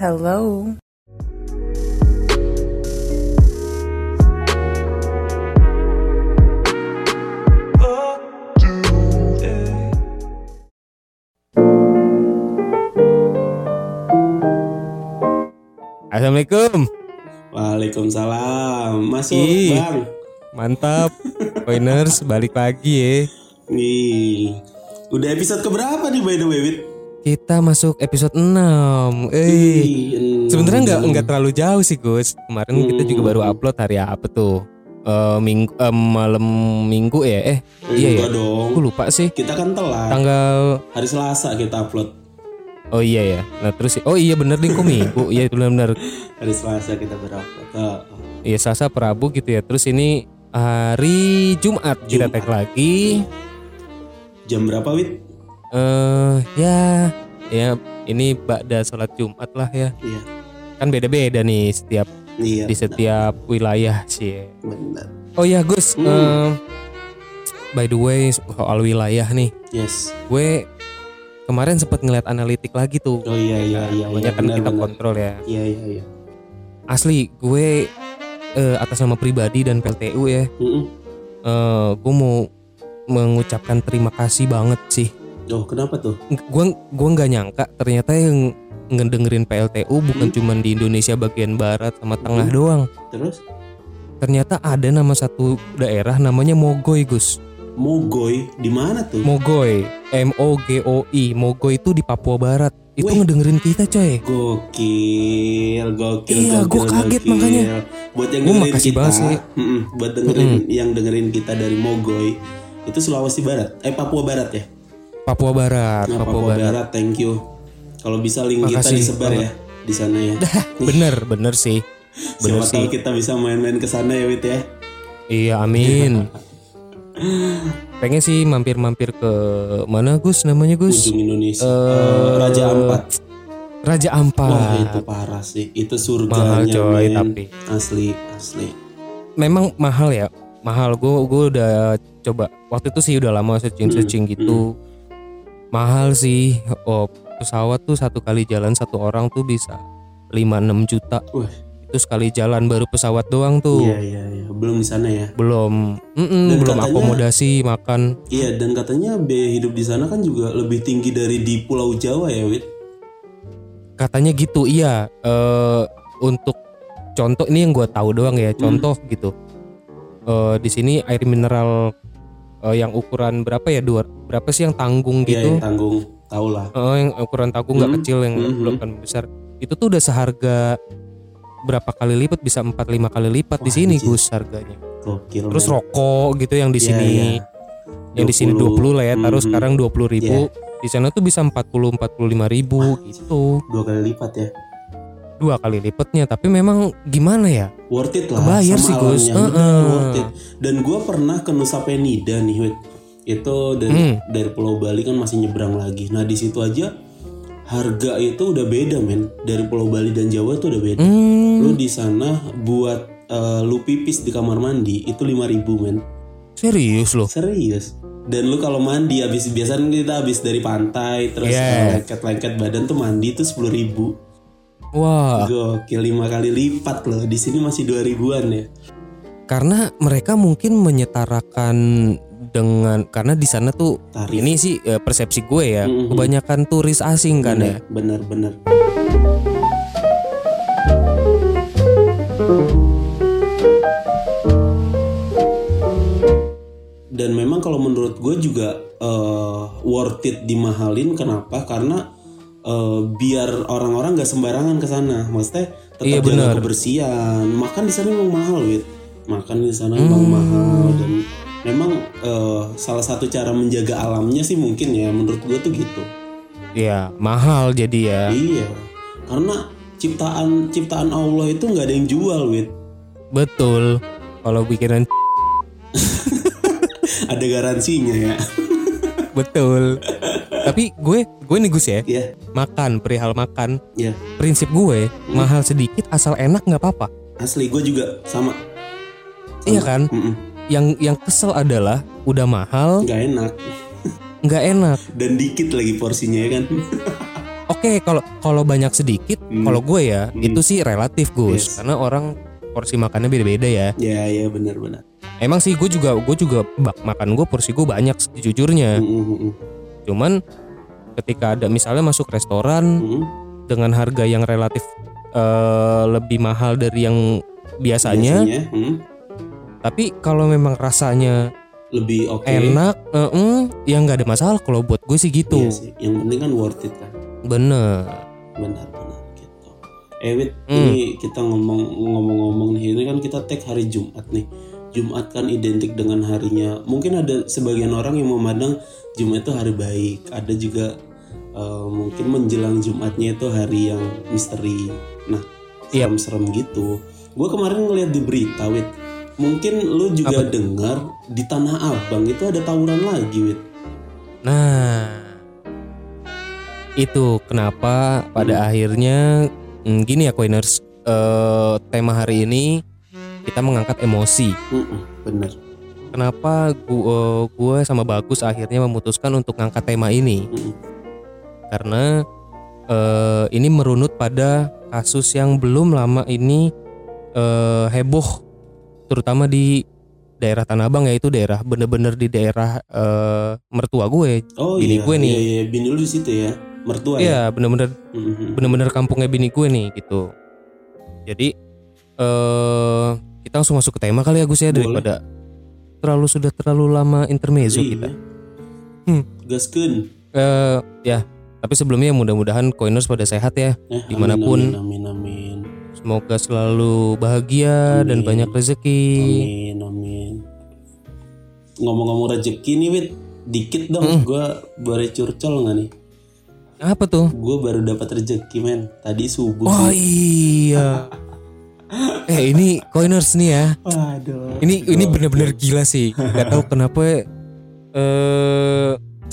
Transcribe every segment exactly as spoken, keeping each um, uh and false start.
Hello. Assalamualaikum. Waalaikumsalam. Masuk, Ih, Bang. mantap. Poiners balik lagi ya. Nih. Udah episode keberapa nih by the way, Wit? Kita masuk episode enam. Eh, sebenarnya nggak nggak terlalu jauh sih, Gus. Kemarin Hmm. kita juga baru upload hari apa tuh? Eh, minggu eh, malam minggu ya? Eh, iya ya. Enggak dong. Aku lupa sih. Kita kan telat. Tanggal Hari Selasa kita upload. Oh iya ya. Nah terus oh iya bener nih kok minggu. Iya itu benar-benar. Hari Selasa kita berupload. Oh. Iya Selasa Prabu gitu ya. Terus ini hari Jumat, kita Jumat. tag lagi. Jam berapa, Wit? Eh ya ya ini ba'da sholat Jumat lah ya. Iya. Kan beda-beda nih setiap Iya. di setiap wilayah sih. Benar. Oh ya Gus, Hmm. eh, by the way soal wilayah nih, Yes. gue kemarin sempat ngeliat analitik lagi tuh. Oh iya iya iya. Namanya iya, kan benar, kita benar. kontrol ya. Iya iya iya. Asli gue eh, atas nama pribadi dan P L T U ya, Mm-mm. eh, gue mau mengucapkan terima kasih banget sih. Oh, kenapa tuh? Gue gue nggak nyangka ternyata yang ngedengerin P L T U bukan Hmm. cuman di Indonesia bagian barat sama tengah Hmm. doang. Terus Ternyata ada nama satu daerah namanya Mogoy, Gus. Mogoy di mana tuh? Mogoy, M O G O I. Mogoy itu di Papua Barat. Itu Wih. ngedengerin kita, coy. Gokil, gokil. Iya, gokil, gua kaget gokil. makanya. Buat yang Gua dengerin makasih kita, banget sih. mm-mm, buat dengerin yang dengerin kita dari Mogoy, itu Sulawesi Barat, eh Papua Barat ya. Papua Barat, Nah, Papua, Papua Barat. Barat, thank you. Kalau bisa link kita Makasih disebar banget. ya di sana ya. Bener, bener sih. Bener Siapa sih. tahu kita bisa main-main ke sana ya, Wit ya. Iya, amin. Pengen sih mampir-mampir ke mana, Gus? Namanya, Gus? Ujung Indonesia. Eh, Eh, Raja Ampat. Raja Ampat. Wah, itu parah sih. Itu Mahal, surganya, coy, men. tapi. Asli, asli. Memang mahal ya. Mahal. Gue gue udah coba. Waktu itu sih udah lama searching-searching Hmm, gitu. Mahal sih. Oh, pesawat tuh satu kali jalan satu orang tuh bisa lima enam juta. Wah. Itu sekali jalan baru pesawat doang tuh. Iya, iya, iya. Belum di sana ya. Belum mm-mm, Dan belum katanya- akomodasi makan. Iya, dan katanya biaya hidup di sana kan juga lebih tinggi dari di Pulau Jawa ya, Wit. Katanya gitu. Iya, eh, untuk contoh ini yang gue tahu doang ya, contoh Hmm. gitu. Eh, di sini air mineral eh, yang ukuran berapa ya? Dua berapa sih yang tanggung Iya, gitu? yang tanggung, tau lah. Eh, yang ukuran tanggung nggak Hmm, kecil, yang hmm, belum kan besar. Itu tuh udah seharga berapa kali lipat, bisa empat lima kali lipat di Wah, sini anjir. Gus harganya. Gokil. Terus men. rokok gitu yang di Iya, sini, iya. yang di sini dua puluh lah ya, taruh Mhm. sekarang dua puluh ribu. Di sana tuh bisa empat puluh empat puluh lima ribu gitu. Dua kali lipat ya. Dua kali lipatnya, tapi memang gimana ya? Worth it lah. Kebayar sama sih, Gus. alamnya. Bener, Heeh. worth it. Dan gue pernah ke Nusa Penida nih, Wit. Itu dari Hmm. dari Pulau Bali kan masih nyebrang lagi. Nah di situ aja harga itu udah beda, men. Dari Pulau Bali dan Jawa tuh udah beda. Hmm, Lu di sana buat eh, lu pipis di kamar mandi itu lima ribu, men. serius loh. Serius. Dan lu kalau mandi habis biasanya kita habis dari pantai terus Yeah. eh, lengket-lengket badan tuh mandi itu sepuluh ribu. Wah, Gokil, lima kali lipat loh. Di sini masih dua ribuan ya. karena mereka mungkin menyetarakan dengan, karena di sana tuh Tarif. ini sih eh, persepsi gue ya, Mhm. kebanyakan turis asing kan ya. Bener, bener, bener. Dan memang kalau menurut gue juga eh, worth it dimahalin. Kenapa? Karena eh, biar orang-orang nggak sembarangan ke sana. Maksudnya tetap Iya, jaga benar. kebersihan. Makan di sana memang mahal, Wit. Makan di sana memang mahal, dan memang eh, salah satu cara menjaga alamnya sih mungkin ya, menurut gue tuh gitu. Iya, mahal jadi ya. Iya, karena ciptaan ciptaan Allah itu nggak ada yang jual, Wit. Betul. Kalau bikinan Ada garansinya ya. betul. Tapi gue gue nih Gus ya, Iya, makan, perihal makan, iya. prinsip gue mahal sedikit asal enak nggak apa-apa. Asli gue juga sama. Iya kan? Mm-mm. Yang yang kesel adalah udah mahal Nggak enak nggak enak. dan dikit lagi porsinya ya kan. Oke, kalau kalau banyak sedikit, Hmm. kalau gue ya Hmm. itu sih relatif Gus, Yes. karena orang porsi makannya beda-beda ya. Ya ya benar-benar. Emang sih gue juga gue juga bak makan gue porsi gue banyak sejujurnya. Hmm, hmm, hmm, Cuman ketika ada misalnya masuk restoran hmm. dengan harga yang relatif eh, lebih mahal dari yang biasanya, Biasanya, hmm, tapi kalau memang rasanya lebih oke. enak, eh, mm, ya nggak ada masalah kalau buat gue sih gitu. Iya sih. Yang penting kan worth it kan. Bener. Benar-benar gitu. Eh Wit, Hmm. ini kita ngomong ngomong-ngomong nih, ini kan kita tag hari Jumat nih. Jumat kan identik dengan harinya. Mungkin ada sebagian orang yang memandang Jumat itu hari baik. Ada juga eh, mungkin menjelang Jumatnya itu hari yang misteri. Nah, Yap. serem-serem gitu. Gue kemarin ngeliat di berita, Wit. Mungkin lu juga dengar di Tanah Abang itu ada tawuran lagi, Wit. Nah, itu kenapa pada Hmm. akhirnya hmm, gini ya Coiners, eh, tema hari ini kita mengangkat emosi. Mm-mm, bener. Kenapa gua, gua sama Bagus akhirnya memutuskan untuk ngangkat tema ini? Mm-mm. Karena eh, ini merunut pada kasus yang belum lama ini eh, heboh, terutama di daerah Tanah Abang, yaitu daerah bener-bener di daerah eh, mertua gue. Oh Bini iya, gue nih. iya, iya, bini lu di situ ya, mertua ya. Iya, bener-bener Mhm. bener-bener kampungnya bini gue nih gitu. Jadi eh kita langsung masuk ke tema kali ya Gus ya, Boleh. daripada terlalu sudah terlalu lama intermezzo Iya. kita. Hmm. Gaskeun. Eh ya, tapi sebelumnya mudah-mudahan Coiners pada sehat ya. Eh, Dimanapun. Amin, amin, amin, Semoga selalu bahagia dan Amin. banyak rezeki. amin, amin. Ngomong-ngomong rezeki nih, Wit, dikit dong. Mm. Gue boleh curcol nggak nih? Apa tuh? Gue baru dapat rezeki, men. Tadi subuh. Oh sih. iya. eh ini Coiners nih ya. Waduh. Ini ini Gokil. benar-benar gila sih. Gak tahu kenapa eh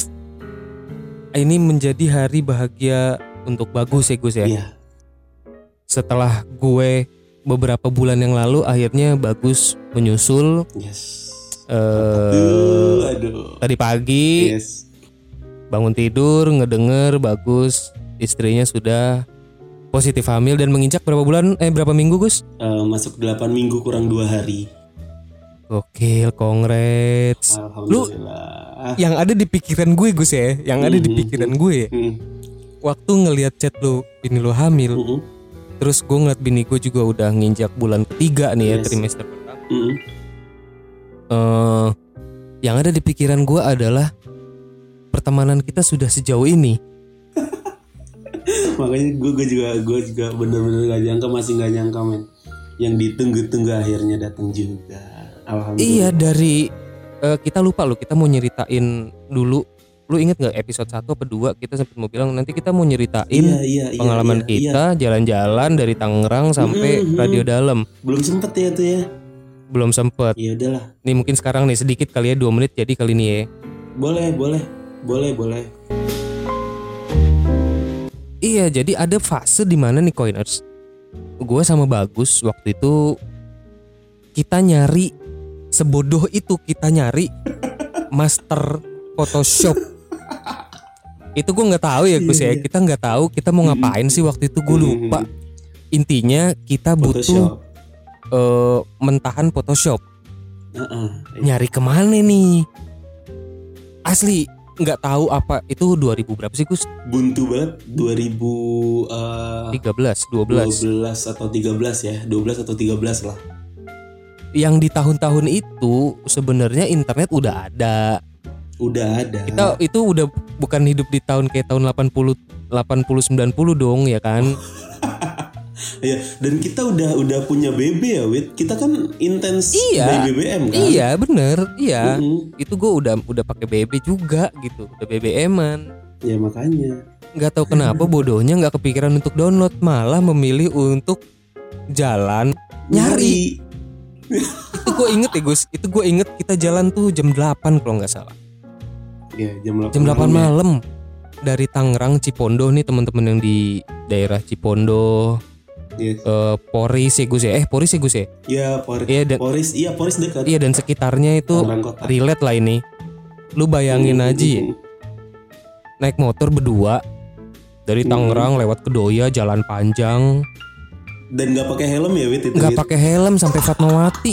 ini menjadi hari bahagia untuk Bagus ya Gus ya. Iya. Setelah gue beberapa bulan yang lalu akhirnya Bagus menyusul Yes. eh Aduh, aduh. tadi pagi Yes. bangun tidur ngedenger Bagus istrinya sudah positif hamil dan menginjak berapa bulan eh berapa minggu Gus? Eh, masuk delapan minggu kurang dua hari. Gokil, congrats. Alhamdulillah. Yang ada di pikiran gue Gus ya, yang ada di Mhm. pikiran gue Hmm. waktu ngelihat chat lu bini lu hamil, Mm-mm. terus gue ngeliat bini gue juga udah nginjak bulan ketiga nih ya, Yes. trimester pertama. Mm-mm. Eh, yang ada di pikiran gue adalah pertemanan kita sudah sejauh ini. Makanya gue gue juga gue juga bener-bener gak nyangka, masih gak nyangka, men. Yang ditunggu-tunggu akhirnya datang juga. Alhamdulillah. Iya, dari eh, kita lupa loh, kita mau nyeritain dulu. Lu inget nggak episode satu apa dua kita sempat mau bilang nanti kita mau nyeritain Iya, iya, iya, pengalaman iya, kita iya. jalan-jalan dari Tangerang sampai Mhm. Radio Dalam. Belum sempet ya tuh ya. Belum sempet. Ya udahlah. Nih mungkin sekarang nih sedikit kali ya, dua menit jadi kali ini ya. Boleh, boleh. Boleh, boleh. Iya, jadi ada fase di mana nih Coiners, gue sama Bagus waktu itu kita nyari, sebodoh itu kita nyari master Photoshop. Itu gue nggak tahu ya Gus ya, Iya. kita nggak tahu kita mau ngapain sih waktu itu, gue lupa. Intinya kita butuh Photoshop. eh, mentahan Photoshop. Heeh. Nyari kemana nih? Asli nggak tahu apa itu dua ribu berapa sih Gus? Buntu banget. dua ribu eh, tiga belas, dua dua belas. belas atau tiga belas ya. dua belas atau tiga belas lah. Yang di tahun-tahun itu sebenarnya internet udah ada. Udah ada. Kita itu udah bukan hidup di tahun kayak tahun delapan puluh delapan puluh sembilan puluh dong ya kan. Ya, dan kita udah udah punya B B ya, Wit. Kita kan intens Iya. by B B M kan. Iya bener, iya. Mm-mm. Itu gue udah udah pakai B B juga gitu, udah B B M-an. Ya makanya. Nggak tahu kenapa bodohnya nggak kepikiran untuk download, malah memilih untuk jalan nyari. Itu gue inget ya Gus, itu gue inget kita jalan tuh jam delapan kalau nggak salah. Ya, jam delapan, Jam delapan malam ya. malam dari Tangerang Cipondo nih teman-teman yang di daerah Cipondo. Yes. eh, Poris ya Gus ya, eh Poris ya Gus ya. Ya, Poris. Iya dan Poris, iya Poris dekat. iya dan sekitarnya itu Tangerang Kota. relate lah ini. Lu bayangin Mm, aja ya, mm, naik motor berdua Dari Tangerang hmm. lewat Kedoya, jalan panjang. Dan nggak pakai helm ya, Wit? Nggak pakai helm sampai Fatmawati.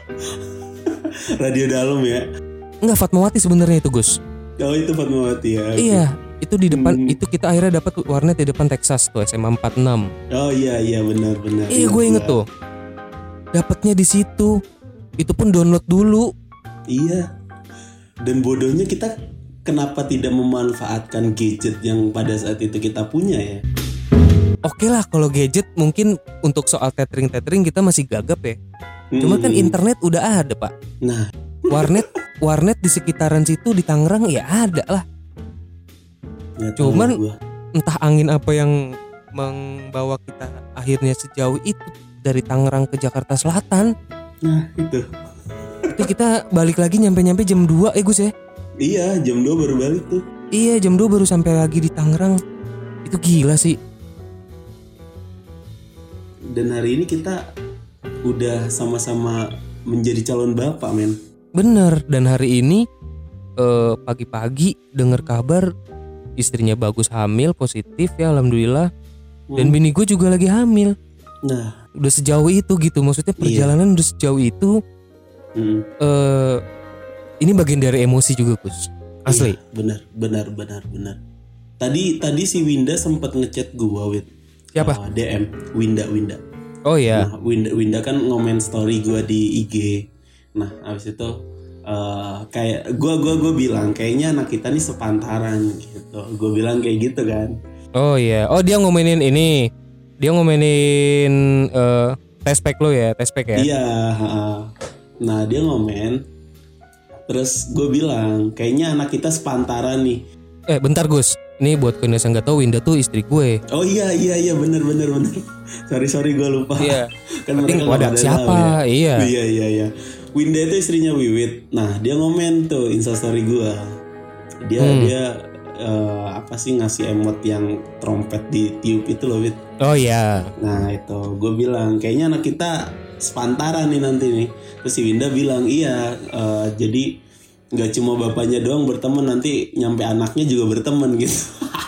Radio dalam ya? Nggak, Fatmawati sebenarnya itu, Gus. Oh, itu Fatmawati ya? Okay. Iya, itu di depan, hmm. itu kita akhirnya dapat warnet di depan Texas tuh, S M A empat puluh enam. Oh iya iya benar benar. Iya, gue inget tuh. Dapatnya di situ. Itu pun download dulu. Iya. Dan bodohnya kita kenapa tidak memanfaatkan gadget yang pada saat itu kita punya ya? Oke lah, kalau gadget mungkin untuk soal tethering-tethering kita masih gagap ya. Hmm. Cuma kan internet udah ada, Pak. Nah, warnet warnet di sekitaran situ di Tangerang ya ada lah. Nggak Cuman gua. entah angin apa yang membawa kita akhirnya sejauh itu dari Tangerang ke Jakarta Selatan. Nah, itu. Itu kita balik lagi nyampe-nyampe jam dua ya, Gus ya? Iya, jam dua baru balik tuh. Iya, jam dua baru sampai lagi di Tangerang. Itu gila sih. Dan hari ini kita udah sama-sama menjadi calon bapak, men. Bener. Dan hari ini eh, pagi-pagi dengar kabar istrinya Bagus hamil positif ya, alhamdulillah. Dan hmm. bini gue juga lagi hamil. Nah, udah sejauh itu gitu. Maksudnya perjalanan iya. udah sejauh itu. Hmm. Eh, ini bagian dari emosi juga, Gus. Asli. Iya, benar, benar, benar, benar. Tadi tadi si Winda sempat ngechat gua, Wit. Siapa? Uh, D M Winda Winda. Oh iya. Nah, Winda Winda kan ngomen story gua di I G. Nah, abis itu uh, kayak gua gua gua bilang kayaknya anak kita nih sepantaran gitu. Gua bilang kayak gitu kan. Oh iya. Oh, dia ngomenin ini. Dia ngomenin uh, tespek lo ya, tespek ya. Iya, uh, nah, dia ngomen. Terus gue bilang kayaknya anak kita sepantaran nih. Eh bentar, Gus. Ini buat kalian yang nggak tahu, Winda tuh istri gue. Oh iya iya iya benar benar benar. Sorry sorry gue lupa. Iya. Kan mereka ada siapa? Tahu, ya. Iya. Iya iya iya. Winda itu istrinya Wiwit. Nah dia ngomen tuh instastory gue. Dia hmm. dia uh, apa sih ngasih emot yang trompet di tiup itu loh, Wit. Oh iya. Nah itu gue bilang kayaknya anak kita sepantaran nih nanti nih. Terus si Winda bilang iya uh, jadi nggak cuma bapaknya doang berteman, nanti nyampe anaknya juga berteman gitu.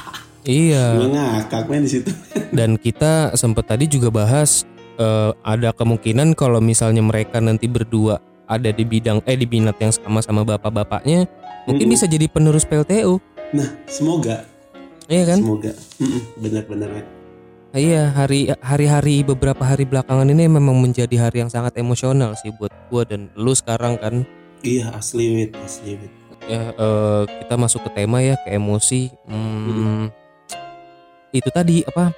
Iya. Ngakak men di situ. Dan kita sempet tadi juga bahas uh, ada kemungkinan kalau misalnya mereka nanti berdua ada di bidang eh di minat yang sama sama bapak-bapaknya, mungkin mm-hmm. bisa jadi penerus P L T U. Nah semoga. Iya kan? Semoga. Mm-mm, benar-benar men. Iya, hari hari-hari beberapa hari belakangan ini memang menjadi hari yang sangat emosional sih buat gua dan lu sekarang kan. Iya, asli Wit, asli Wit. Ya, uh, kita masuk ke tema ya, ke emosi. Hmm, hmm. Itu tadi apa?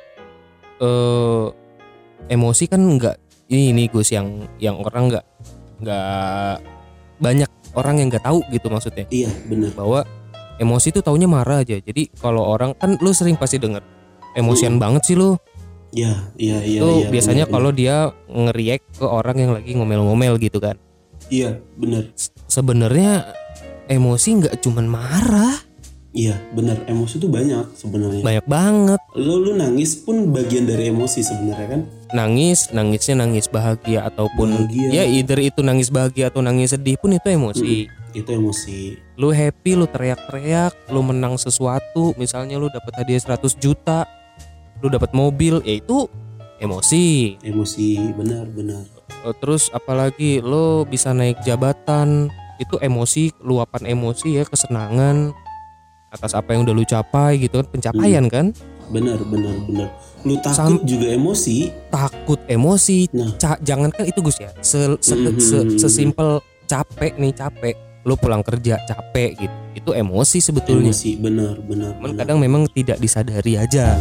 Uh, emosi kan enggak ini nih Gus yang yang orang enggak enggak banyak orang yang enggak tahu gitu maksudnya. Iya, benar. Bahwa emosi itu taunya marah aja. Jadi kalau orang kan lu sering pasti dengar emosian hmm. banget sih lu. Iya, iya, iya. Itu ya, biasanya kalau dia nge-react ke orang yang lagi ngomel-ngomel gitu kan. Iya, benar. Sebenarnya emosi nggak cuman marah. Iya, benar. Emosi tuh banyak sebenarnya. Banyak banget. Lo lu nangis pun bagian dari emosi sebenarnya kan? Nangis, nangisnya nangis bahagia ataupun bahagia. Ya either itu nangis bahagia atau nangis sedih pun itu emosi. Hmm, itu emosi. Lu happy, lu teriak-teriak, lu menang sesuatu, misalnya lu dapat hadiah seratus juta. Lu dapat mobil, ya itu emosi. Emosi, benar-benar. Terus apalagi lu bisa naik jabatan, itu emosi, luapan emosi ya, kesenangan atas apa yang udah lu capai gitu kan, pencapaian hmm. kan? Benar, benar, benar. Lu takut Sam- juga emosi. Takut emosi. Nah. Ca- jangankan itu Gus ya, se- se- mm-hmm. se- sesimpel capek nih capek. Lu pulang kerja capek gitu, itu emosi sebetulnya. Emosi, benar, benar. Cuman kadang memang tidak disadari aja.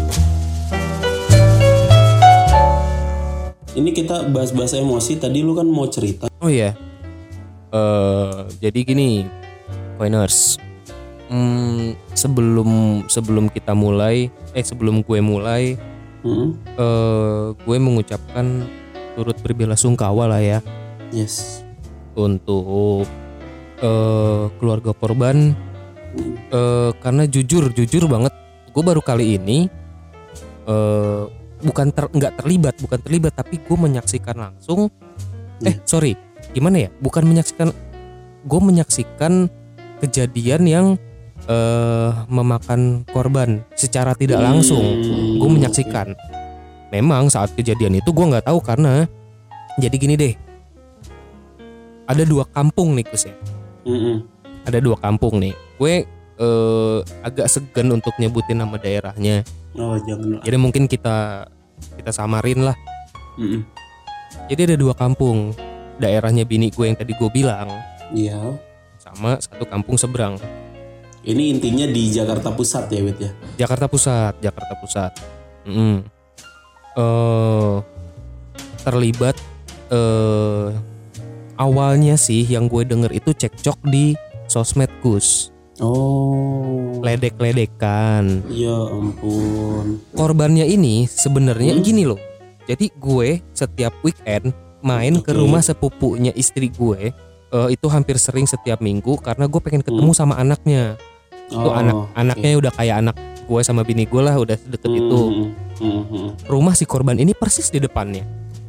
Ini kita bahas-bahas emosi. Tadi lu kan mau cerita. Oh iya. Uh, jadi gini, Coiners. Hmm, sebelum sebelum kita mulai, eh sebelum gue mulai, mm-hmm. uh, gue mengucapkan turut berbelasungkawa lah ya. Yes. Untuk uh, keluarga korban. Mm. Uh, karena jujur, jujur banget, gue baru kali ini. Uh, bukan ter, nggak terlibat bukan terlibat tapi gue menyaksikan langsung hmm. eh sorry gimana ya bukan menyaksikan gue menyaksikan kejadian yang eh memakan korban secara tidak langsung. Hmm, Gue menyaksikan. Memang saat kejadian itu gue nggak tahu karena jadi gini deh. Ada dua kampung nih Gus ya. Mm-mm. Ada dua kampung nih. Gue eh, agak segan untuk nyebutin nama daerahnya. Oh jangan lah. Jadi mungkin kita kita samarin lah. Mm-mm. Jadi ada dua kampung. Daerahnya bini gue yang tadi gue bilang Iya. sama satu kampung seberang. Ini intinya di Jakarta Pusat ya Wit ya. Jakarta Pusat, Jakarta Pusat. Mm. Eh, terlibat eh, awalnya sih yang gue denger itu cekcok di sosmed Gus. Oh. Ledek-ledekan. Ya ampun. Korbannya ini sebenarnya Hmm? gini loh. Jadi gue setiap weekend main ke Oke. rumah sepupunya istri gue. Eh, itu hampir sering setiap minggu karena gue pengen ketemu Hmm. sama anaknya. Itu Oh, anak oke. anaknya udah kayak anak gue sama bini gue lah, udah deket Hmm, itu. hmm, hmm, hmm. Rumah si korban ini persis di depannya.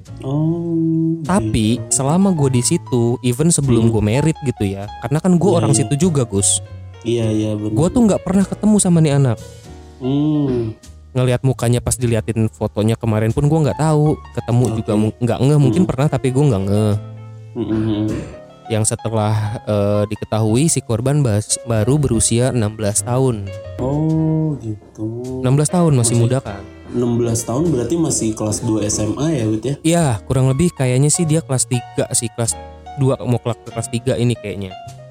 Oh. Tapi gitu. selama gue di situ, even sebelum Hmm. gue married gitu ya, karena kan gue Iya, orang iya. situ juga Gus. Iya iya benar. Gue tuh nggak pernah ketemu sama nih anak. Hmm. Ngelihat mukanya pas diliatin fotonya kemarin pun gue nggak tahu. Ketemu Oke. juga mu- nggak ngeh, mungkin Hmm. pernah tapi gue nggak ngeh. Hmm, hmm, hmm. Yang setelah eh, diketahui si korban bas- baru berusia enam belas tahun. Oh gitu. enam belas tahun masih Masih- muda kan? enam belas tahun berarti masih kelas dua S M A ya Wit ya? Iya, kurang lebih kayaknya sih dia kelas tiga sih, kelas dua mau kelas kelas tiga ini kayaknya.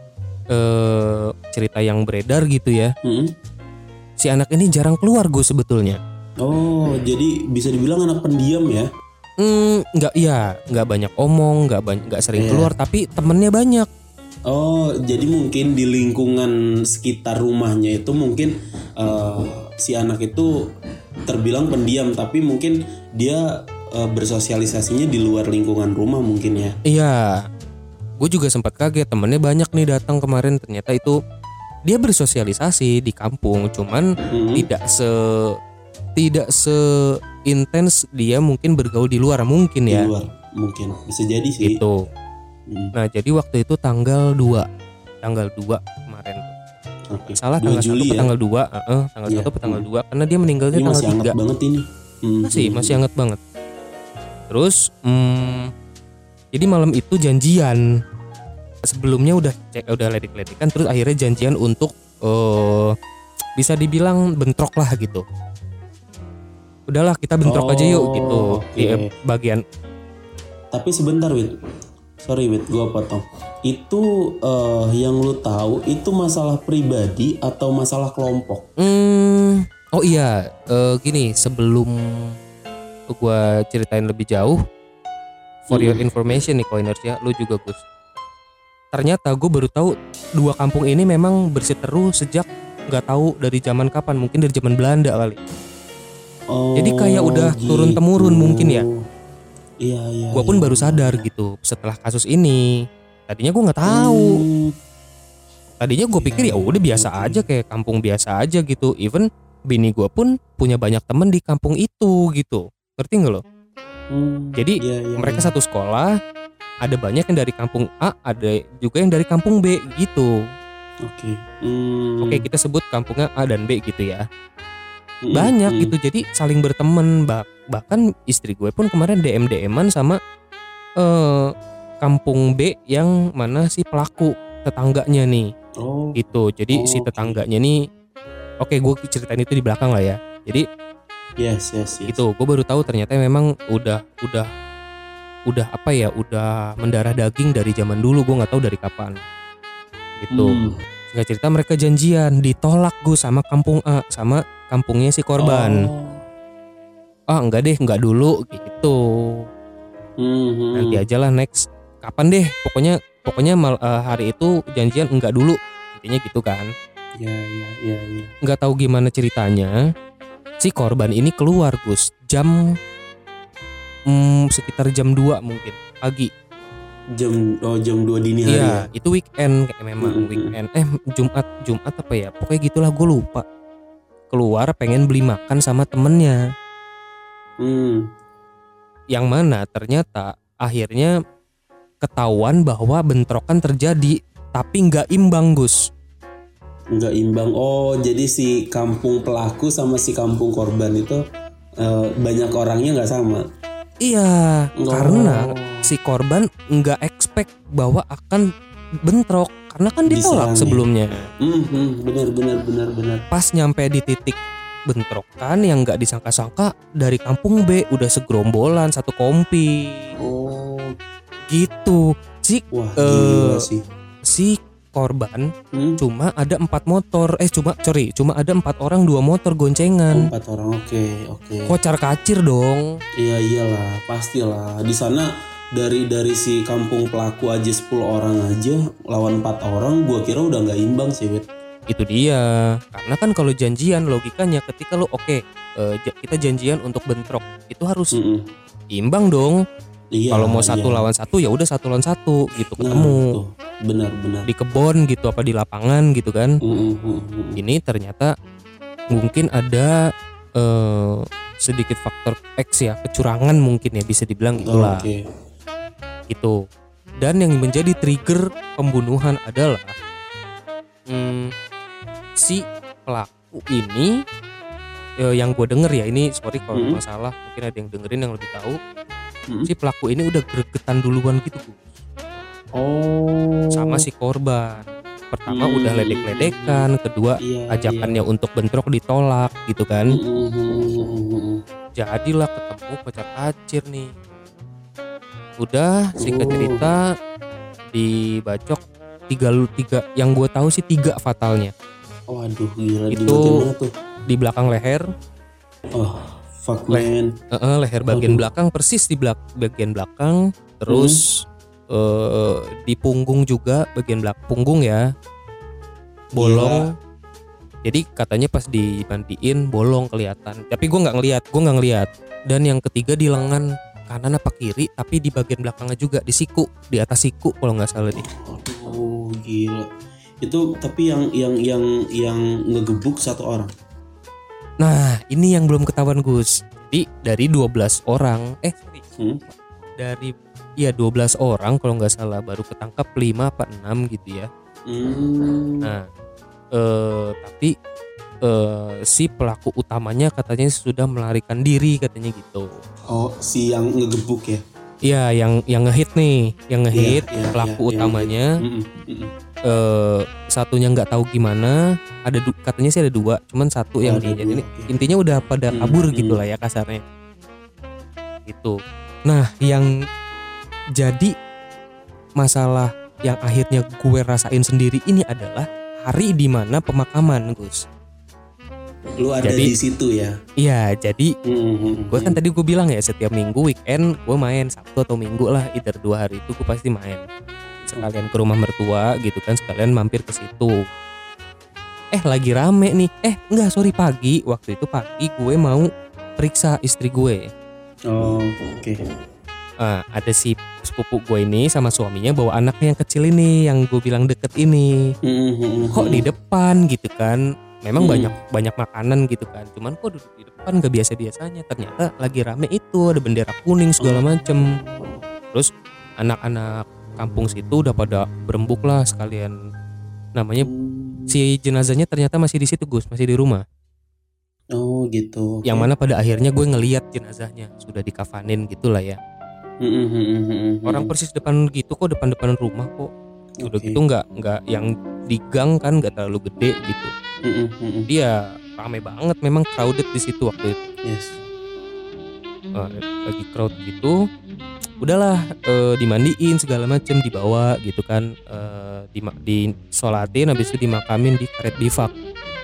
Eh cerita yang beredar gitu ya. Hmm. Si anak ini jarang keluar gue sebetulnya. Oh, jadi bisa dibilang anak pendiam ya? Hmm, nggak iya, nggak banyak omong, nggak banyak, nggak sering Iya. keluar, tapi temennya banyak. Oh, jadi mungkin di lingkungan sekitar rumahnya itu mungkin eh, si anak itu terbilang pendiam, tapi mungkin dia eh, bersosialisasinya di luar lingkungan rumah mungkin ya? Iya, gue juga sempat kaget temennya banyak nih datang kemarin. Ternyata itu dia bersosialisasi di kampung, cuman Hmm. tidak se tidak seintens dia mungkin bergaul di luar mungkin Di ya. luar mungkin bisa jadi sih. Gitu. Hmm. Nah, jadi waktu itu tanggal dua tanggal dua kemarin tuh. Oke. Salah dua tanggal Juli satu ke ya? tanggal dua, heeh, tanggal Iya. satu ke tanggal Hmm. dua karena dia meninggalnya Ini tanggal masih hangat tiga. banget ini. Hmm. Masih Hmm. masih hangat banget. Terus hmm, jadi malam itu janjian. Sebelumnya udah cek udah ledek-ledekan, terus akhirnya janjian untuk eh bisa dibilang bentrok lah gitu. Udahlah kita bentrok aja yuk Oh, gitu di oke. bagian. Tapi sebentar Wit, sorry Wit, gue potong. Itu eh, yang lu tahu itu masalah pribadi atau masalah kelompok? Hmm, oh iya, eh, gini sebelum gua ceritain lebih jauh, for your Hmm. information nih Coiners ya, lu juga Gus. Ternyata gue baru tahu dua kampung ini memang bersiteru sejak nggak tahu dari zaman kapan, mungkin dari zaman Belanda kali. Oh, Jadi kayak udah turun-temurun mungkin ya. Iya iya. Gue pun iya, baru iya, sadar iya. gitu setelah kasus ini. Tadinya gue nggak tahu. Hmm. Tadinya gue pikir ya udah biasa aja kayak kampung biasa aja gitu. Even bini gue pun punya banyak temen di kampung itu gitu. Ngerti nggak lo? Hmm. Jadi Iya, iya, mereka iya. satu sekolah. Ada banyak yang dari kampung A, ada juga yang dari kampung B gitu. Oke. Hmm. Oke kita sebut kampungnya A dan B gitu ya. Hmm, Banyak hmm. gitu, jadi saling berteman. Bah- bahkan istri gue pun kemarin D M D M-an sama eh, kampung B yang mana si pelaku tetangganya nih Oh. gitu. Jadi Oh, si oke. tetangganya nih, oke gue ceritain itu di belakang lah ya. Jadi Yes yes yes. itu gue baru tahu ternyata memang udah udah udah apa ya, udah mendarah daging dari zaman dulu. Gue nggak tahu dari kapan gitu. Hmm. Singkat cerita mereka janjian, ditolak gue sama kampung A sama kampungnya si korban. Oh. Ah enggak deh, enggak dulu gitu. Hmm, hmm. Nanti aja lah next. Kapan deh? Pokoknya pokoknya mal, eh, hari itu janjian enggak dulu. Intinya gitu kan. Ya ya ya ya. Enggak tahu gimana ceritanya. Si korban ini keluar Gus jam hmm, sekitar jam dua mungkin pagi. Jam oh jam dua dini hari. Iya, Ya? itu weekend kayak memang Mm-mm. weekend. Eh Jumat Jumat apa ya? Pokoknya gitulah gue lupa. Keluar pengen beli makan sama temennya. Hmm. Yang mana ternyata akhirnya ketahuan bahwa bentrokan terjadi tapi nggak imbang Gus. Nggak imbang. Oh, jadi si kampung pelaku sama si kampung korban itu uh, banyak orangnya nggak sama. Iya, Oh. karena si korban nggak expect bahwa akan bentrok karena kan ditolak Diserang ya. sebelumnya. Hmm, hmm, benar benar benar benar. Pas nyampe di titik bentrokan yang nggak disangka-sangka dari kampung B udah segerombolan satu kompi Oh, gitu. Si wah Eh, gila sih. si korban Hmm? cuma ada empat motor, eh cuma sorry cuma ada empat orang dua motor goncengan. Empat orang, oke oke. Kocar kacir dong. Iya iyalah, pastilah. Di sana dari dari si kampung pelaku aja sepuluh orang aja lawan empat orang, gua kira udah nggak imbang sih, Wit. Itu dia. Karena kan kalau janjian logikanya ketika lo oke eh, j- kita janjian untuk bentrok itu harus Mm-mm. imbang dong. Iya. Kalau mau satu iya. lawan satu ya udah satu lawan satu gitu Nah, ketemu tuh. Benar-benar. di kebon gitu apa di lapangan gitu kan. Mm-mm, mm-mm. Ini ternyata mungkin ada eh, sedikit faktor X ya, kecurangan mungkin ya bisa dibilang Oh, gitulah Oke. gitu. Dan yang menjadi trigger pembunuhan adalah hmm, si pelaku ini eh, yang gue denger ya ini sorry kalau Mm-mm. nggak salah mungkin ada yang dengerin yang lebih tahu. Mm-mm. Si pelaku ini udah gregetan duluan gitu Gus, Oh. sama si korban. Pertama Hmm. udah ledek-ledekan, kedua Iya, ajakannya untuk bentrok ditolak gitu kan. iya. Mm-mm. Jadilah ketemu kocar kacir nih. Udah singkat Oh. cerita dibacok tiga tiga yang gue tahu sih tiga fatalnya Waduh gila di Itu- bagian mana tuh? di belakang leher, Oh, fuck Leh. man. eh, eh, leher bagian Waduh. belakang persis di belak bagian belakang, terus eh, di punggung juga bagian belakang punggung ya bolong. Jadi katanya pas dimandiin bolong kelihatan, tapi gue nggak ngelihat, gue nggak ngelihat. Dan yang ketiga di lengan kanan apa kiri, tapi di bagian belakangnya juga di siku, di atas siku kalau nggak salah deh. Aduh gila. Itu tapi yang yang yang yang ngegebuk satu orang. Nah ini yang belum ketahuan Gus. Jadi dari dua belas orang, eh sorry, Hmm? dari ya dua belas orang kalau nggak salah baru ketangkap lima apa enam gitu ya. Hmm. Nah eh, tapi eh, si pelaku utamanya katanya sudah melarikan diri katanya gitu. Oh, si yang ngegebuk ya. Iya yang yang ngehit nih, yang ngehit Iya, iya, pelaku iya, iya, utamanya. Mm-mm, mm-mm. eh, satunya nggak tahu gimana, ada du- katanya sih ada dua, cuman satu yang Ada di dua, ini oke. intinya udah pada Hmm, kabur hmm. gitu lah ya kasarnya. Gitu. Nah yang jadi masalah yang akhirnya gue rasain sendiri ini adalah hari di mana pemakaman Gus. Lu ada Jadi- di situ ya. Iya jadi Mm-mm, gue kan tadi gue bilang ya setiap minggu weekend gue main Sabtu atau Minggu lah, either dua hari itu gue pasti main. Sekalian ke rumah mertua gitu kan, sekalian mampir ke situ. Eh lagi rame nih, eh enggak sorry pagi, waktu itu pagi gue mau periksa istri gue. Oh, oke. Ah, ada si sepupu gue ini sama suaminya bawa anaknya yang kecil ini, yang gue bilang deket ini. Mm-mm, Kok di depan gitu kan? Memang Hmm. banyak banyak makanan gitu kan, cuman kok duduk di depan gak biasa biasanya. Ternyata lagi rame itu, ada bendera kuning segala macem. Terus anak-anak kampung situ udah pada berembuk lah sekalian. Namanya si jenazahnya ternyata masih di situ Gus, masih di rumah. Oh gitu. oke. Yang mana pada akhirnya gue ngeliat jenazahnya sudah dikafanin gitulah ya. Mm-mm, mm-mm, mm-mm. Orang persis depan gitu kok, depan-depan rumah kok. Udah Oke. gitu nggak nggak yang di gang kan, nggak terlalu gede gitu. Mm-mm, mm-mm. Dia rame banget, memang crowded di situ waktu itu. Yes. Eh, lagi crowd gitu. Udahlah eh, dimandiin segala macem, dibawa gitu kan, eh, di di sholatin, habis itu dimakamin di karet bifak.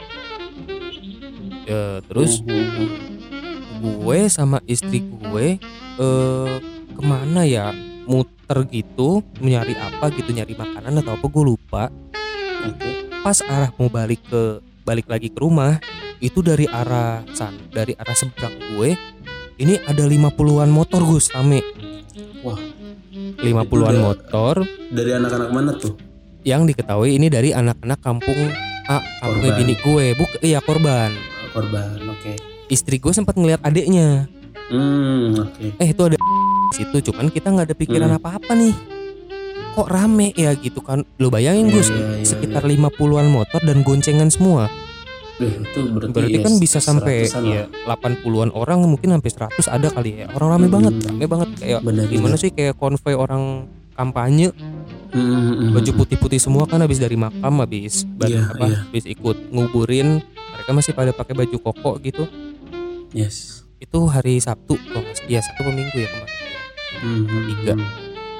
Eh, terus Mm-mm. gue sama istri gue eh kemana ya, muter gitu nyari apa gitu, nyari makanan atau apa gue lupa. Oke. Pas arah mau balik ke balik lagi ke rumah itu dari arah san dari arah seberang gue ini ada lima puluhan motor Gus, rame. Wah, lima itu puluhan udah- motor Dari anak-anak mana tuh? yang diketahui ini dari anak-anak kampung A, kampungnya Korban. bini gue, buk iya korban. Korban. Oke. Istri gue sempat ngeliat adeknya, Hmm, oke. eh itu ada di situ, cuman kita nggak ada pikiran Hmm. apa-apa nih. kok rame ya gitu kan. Lo bayangin Iya, Gus, iya, iya, sekitar lima puluhan motor dan goncengan semua. Duh, itu berarti, Berarti ya kan bisa sampai seratusan lah. ya delapan puluhan orang, mungkin sampai seratus ada kali ya. Orang rame Hmm. banget, rame banget kayak Benar, gimana benar. sih, kayak konvoy orang kampanye, Hmm, baju putih-putih semua kan, habis dari makam, habis bar- Iya, apa, iya. habis ikut nguburin, mereka masih pada pakai baju koko gitu. Yes. Itu hari Sabtu, kalau nggak salah. Iya, Sabtu atau Minggu ya kemarin. Hmm, hmm, Tiga. hmm.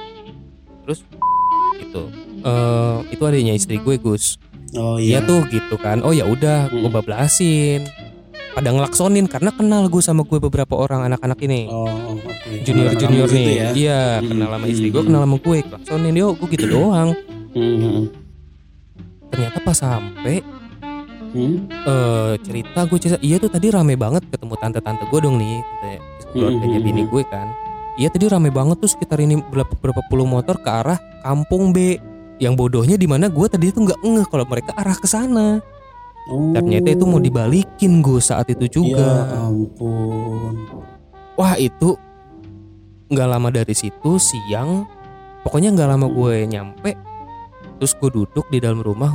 Terus gitu. Eh itu adanya istri gue, Gus. Oh Iya iya. tuh gitu kan. Oh ya udah, gue Hmm. bablasin. Pada ngelaksonin karena kenal gue sama gue beberapa orang anak-anak ini. Oh oke. Junior junior Anak-anak nih, gitu ya. iya Hmm, kenal sama hmm, istri gue, hmm. kenal sama gue, klaksonin yo, gue gitu doang. Hmm, hmm, Ternyata pas sampai hmm. eh cerita gue cerita, iya tuh tadi rame banget, ketemu tante-tante gue dong nih, tante keluarganya Hmm, bini hmm. gue kan. Iya tadi rame banget tuh, sekitar ini berapa berapa puluh motor ke arah kampung B. Yang bodohnya di mana gue tadi itu nggak ngeh kalau mereka arah ke sana. Oh. Ternyata itu mau dibalikin gue saat itu juga. Ya ampun. Wah itu nggak lama dari situ siang, pokoknya nggak lama gue nyampe, terus gue duduk di dalam rumah.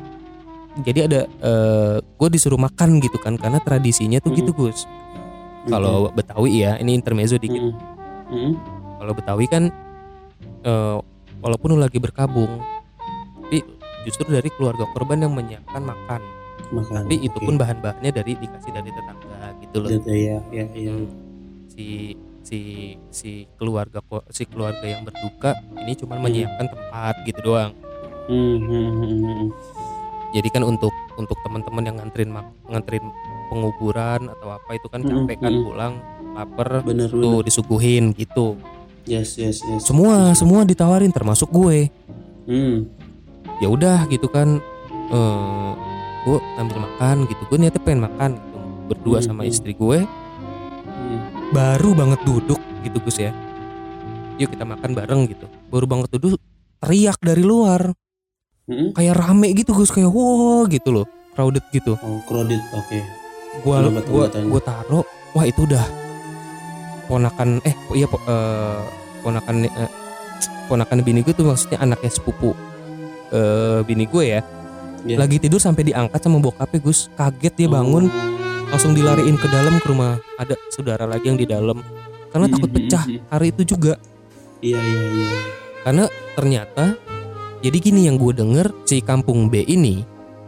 Jadi ada eh, gue disuruh makan gitu kan, karena tradisinya tuh gitu Gus. Kalau Betawi ya, ini intermezzo dikit. Hmm, hmm. Kalau Betawi kan eh, walaupun lu lagi berkabung, tapi justru dari keluarga korban yang menyiapkan makan. Makan. Tapi itu oke. pun bahan-bahannya dari dikasih dari tetangga gitu loh. Gitu ya, ya, ya. Hmm. Si si si keluarga ko- si keluarga yang berduka ini cuma menyiapkan tempat gitu doang. Hmm, hmm, hmm, hmm. Jadi kan untuk untuk teman-teman yang nganterin mak- nganterin penguburan atau apa itu kan Mm-mm, capek kan, mm-mm. pulang lapar Bener, tuh bener. disuguhin gitu. Yes, yes, yes. Semua semua ditawarin termasuk gue. Hmm. Ya udah gitu kan, eh gue ambil makan gitu. Gue niatnya pengen makan gitu, berdua Hmm, sama hmm. istri gue. Hmm. Baru banget duduk gitu Gus ya. Yuk kita makan bareng gitu. Baru banget duduk teriak dari luar. Hmm. Kayak rame gitu Gus, kayak wow gitu loh, crowded gitu. Oh, kredit, oke. Gua Kenapa tuh gua katanya? gua taruh, wah itu udah ponakan eh oh iya po- eh, ponakan eh, ponakan bini gue tuh, maksudnya anaknya sepupu eh bini gue ya. Ya. Lagi tidur sampai diangkat sama bokapnya Gus. Kaget dia bangun, Oh. langsung dilariin ke dalam ke rumah ada saudara lagi yang di dalam. Karena takut pecah hari itu juga. Iya, iya, iya. Karena ternyata jadi gini yang gue denger, si kampung B ini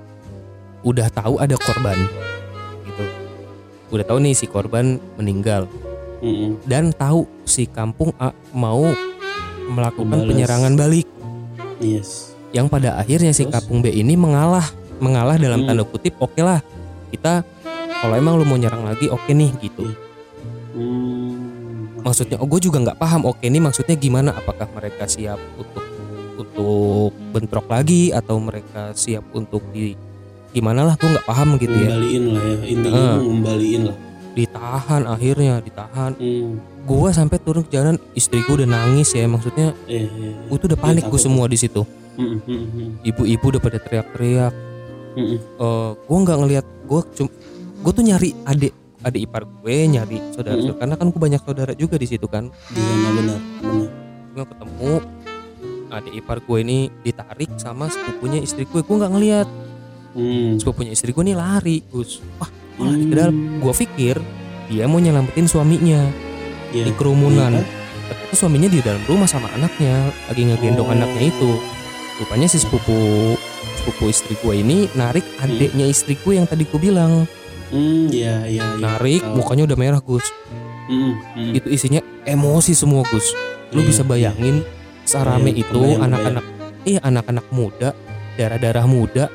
udah tahu ada korban gitu. Udah tahu nih si korban meninggal, Mm-mm. dan tahu si kampung A mau melakukan Membalas. penyerangan balik, Yes. yang pada akhirnya si Terus? kampung B ini mengalah. Mengalah dalam Hmm. tanda kutip, oke lah kita kalau emang lu mau nyerang lagi oke nih gitu. Hmm. Maksudnya, oh gue juga nggak paham oke nih maksudnya gimana, apakah mereka siap untuk untuk bentrok lagi atau mereka siap untuk di gimana lah, gue nggak paham gitu ya. Ngembaliin lah ya, intinya Eh. tuh ngembaliin lah. Ditahan, akhirnya ditahan. Hmm. Gue sampai turun ke jalan, istri gue udah nangis ya, maksudnya Eh, eh, eh. gue tuh udah panik Iya, gue takut. semua di situ. Mm-mm, mm-mm, Ibu-ibu udah pada teriak-teriak. mm-mm. Eh, gue nggak ngelihat, gue cum gue tuh nyari adik adik ipar gue, nyari saudara, Mm-mm. karena kan gue banyak saudara juga di situ kan. Di sana benar, benar. Gue ketemu adik ipar gue ini ditarik sama sepupunya istri gue. Gue nggak ngelihat Hmm. sepupunya istri gue nih lari Gus. Wah, kok lari ke Hmm. dalam. Gue pikir dia mau nyelamatin suaminya Ya. di kerumunan. Iya. Ternyata suaminya di dalam rumah sama anaknya, lagi ngegendong Oh. anaknya itu. Rupanya si sepupu sepupu istri gue ini narik adiknya istri gue yang tadi gue bilang. Hmm, ya, ya, ya. Narik, Tahu. mukanya udah merah Gus. Mm, mm. Itu isinya emosi semua Gus. Lu Iya, bisa bayangin serame Bayang, itu kebayang, anak-anak, iya anak-anak muda, darah-darah muda,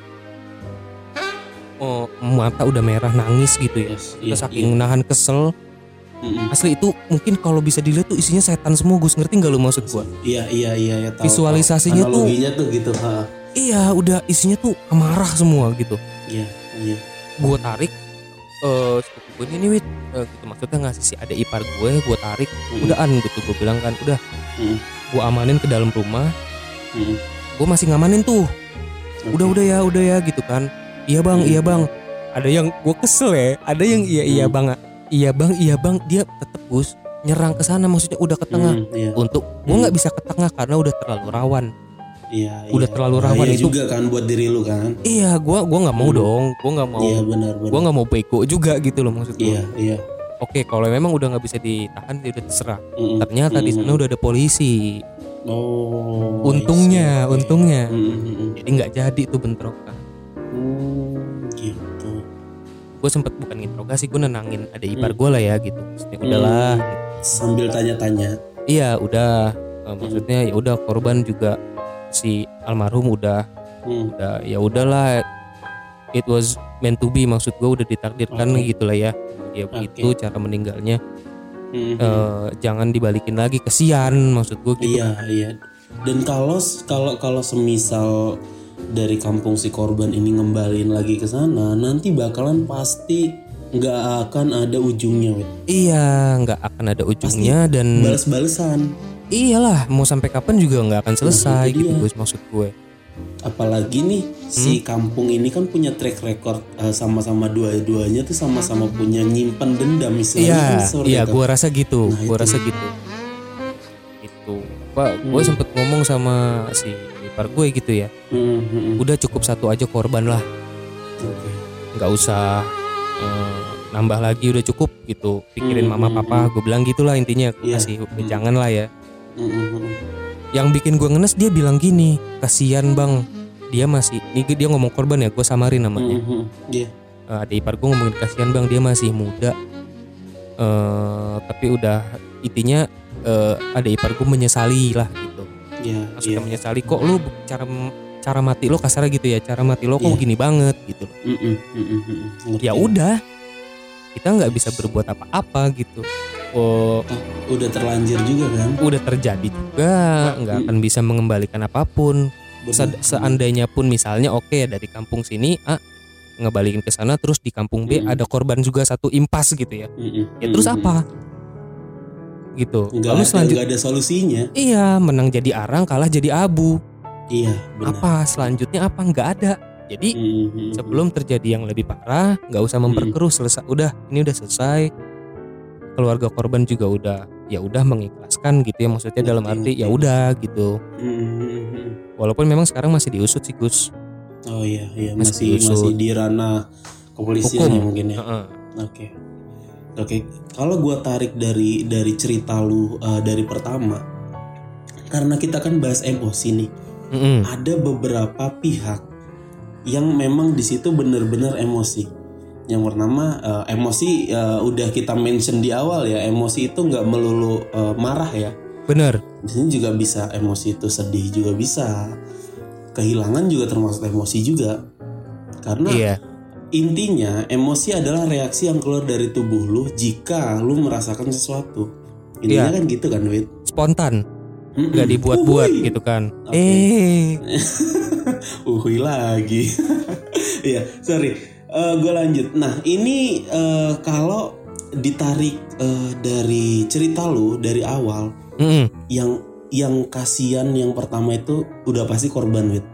oh, mata udah merah nangis gitu ya. Yes, Kita iya, saking nahan kesel. Mm-mm. Asli itu mungkin kalau bisa dilihat tuh isinya setan semua Gus, ngerti nggak lu maksud gua? Iya, iya, iya, ya, tahu, Visualisasinya tahu. tuh- Analoginya tuh gitu, ha. Iya, udah isinya tuh amarah semua gitu. Iya, iya. Gua tarik eh sepupu gue ini wit, eh, gitu maksudnya ngasih si adek ipar gue, gua tarik, Mm-mm. udahan gitu gue bilang kan, udah Mm-mm. gua amanin ke dalam rumah. Mm-mm. Gue masih ngamanin tuh, udah Oke. udah ya udah ya gitu kan. Iya bang, Hmm. iya bang. Ada yang gue kesel ya, ada yang iya iya Hmm. bang, iya bang, iya bang. Dia tetep Gus nyerang ke sana, maksudnya udah ke tengah. Hmm, iya. Untuk gue Hmm. nggak bisa ke tengah karena udah terlalu rawan. Iya, udah iya. terlalu Bahaya rawan itu. juga kan buat diri lu kan. Iya, gua gua nggak mau Hmm. dong, gua nggak mau, Iya benar benar. gua nggak mau bego juga gitu loh maksud gua. Iya iya. Oke, kalau memang udah nggak bisa ditahan ya udah terserah. Mm-mm. Ternyata di sana Mm-mm. udah ada polisi. Oh. Untungnya, I see. Oke. untungnya. Mm-mm. Jadi nggak jadi tuh bentrokan. Hmm, gitu. Gue sempet bukan interogasi, gue nenangin ada ipar Hmm. gue lah ya gitu. Maksudnya udahlah. Gitu. Sambil tanya-tanya. Iya, udah. Eh, maksudnya ya udah korban juga si almarhum udah Hmm. udah ya udahlah. It was meant to be, maksud gue udah ditakdirkan Oke. gitu lah ya. Dia begitu cara meninggalnya. Mhm. Eh, jangan dibalikin lagi, kesian maksud gue gitu. Iya iya. Dan kalau kalau kalau semisal dari kampung si korban ini ngembalin lagi ke sana, nanti bakalan pasti nggak akan ada ujungnya, Wit. Iya, nggak akan ada ujungnya dan Balas-balesan. iyalah mau sampai kapan juga nggak akan selesai itu gitu dia. Gus, maksud gue. Apalagi nih si kampung ini kan punya track record eh, sama-sama dua-duanya tuh sama-sama punya nyimpen dendam istilahnya Iya, kan seperti iya, itu. gue rasa gitu, Nah, gue itu. rasa gitu. Itu, Pak, gue Hmm. sempet ngomong sama si ipar gue gitu ya. Hmm, hmm, hmm. Udah cukup satu aja korban lah, Oke. nggak usah eh, nambah lagi, udah cukup gitu. Pikirin Hmm, mama hmm, papa, gue bilang gitulah intinya. Gue Iya. kasih Hmm. jangan lah ya. Hmm, hmm, hmm. Yang bikin gue ngenes dia bilang gini, kasihan bang, dia masih, ini dia ngomong korban ya, gue samarin namanya. Hmm, hmm. Iya. Eh, ada ipar gue ngomongin kasihan bang, dia masih muda. Eh, tapi udah intinya eh, ada ipar gue menyesali lah gitu. Iya, Maksudnya iya. menyesali kok lu cara cara mati lo kasar gitu ya, cara mati lo kok Iya. gini banget gitu loh. Hmm, hmm, hmm, hmm, hmm. Ngerti. Ya udah, kita nggak bisa berbuat apa-apa gitu. Oh, Udah terlanjur juga kan. udah terjadi juga, nggak akan bisa mengembalikan apapun. Se- Benar. seandainya pun misalnya oke ya dari kampung sini A ngebalikin ke sana, terus di kampung B Mm. ada korban juga satu impas gitu ya. Hmm, hmm, Ya terus hmm, apa? Gitu. hmm. Nggak Lalu ada, selanjutnya nggak ada solusinya. iya, menang jadi arang, kalah jadi abu. Iya, benar. Apa selanjutnya apa? Nggak ada. Jadi Hmm, hmm, hmm. sebelum terjadi yang lebih parah, nggak usah memperkeruh, selesai. Udah, ini udah selesai. Keluarga korban juga udah, ya udah mengikhlaskan gitu ya. Maksudnya dalam Ngerti, arti ngerti. ya udah gitu. Hmm, hmm, hmm, hmm. Walaupun memang sekarang masih diusut sih Gus. Oh iya, iya Masih masih diusut. masih di ranah kepolisian Hukum. ya mungkin ya. Heeh. Oke, oke. Kalau gua tarik dari dari cerita lu uh, dari pertama, karena kita kan bahas emosi nih, Mm-mm. ada beberapa pihak yang memang di situ benar-benar emosi. Yang pertama uh, emosi uh, udah kita mention di awal ya, emosi itu nggak melulu uh, marah ya. Bener. Di sini juga bisa emosi itu sedih juga bisa, kehilangan juga termasuk emosi juga. Karena Iya. intinya emosi adalah reaksi yang keluar dari tubuh lu jika lu merasakan sesuatu. Intinya Iya. kan gitu kan, Wit? Spontan, Mm-mm. nggak dibuat-buat Uhuy. gitu kan. Oke. Eh, Uhuy lagi. Iya, sorry. Gue lanjut. Nah, ini eh, kalau ditarik eh, dari cerita lu dari awal, mm-mm. yang yang kasihan yang pertama itu udah pasti korban, Wit.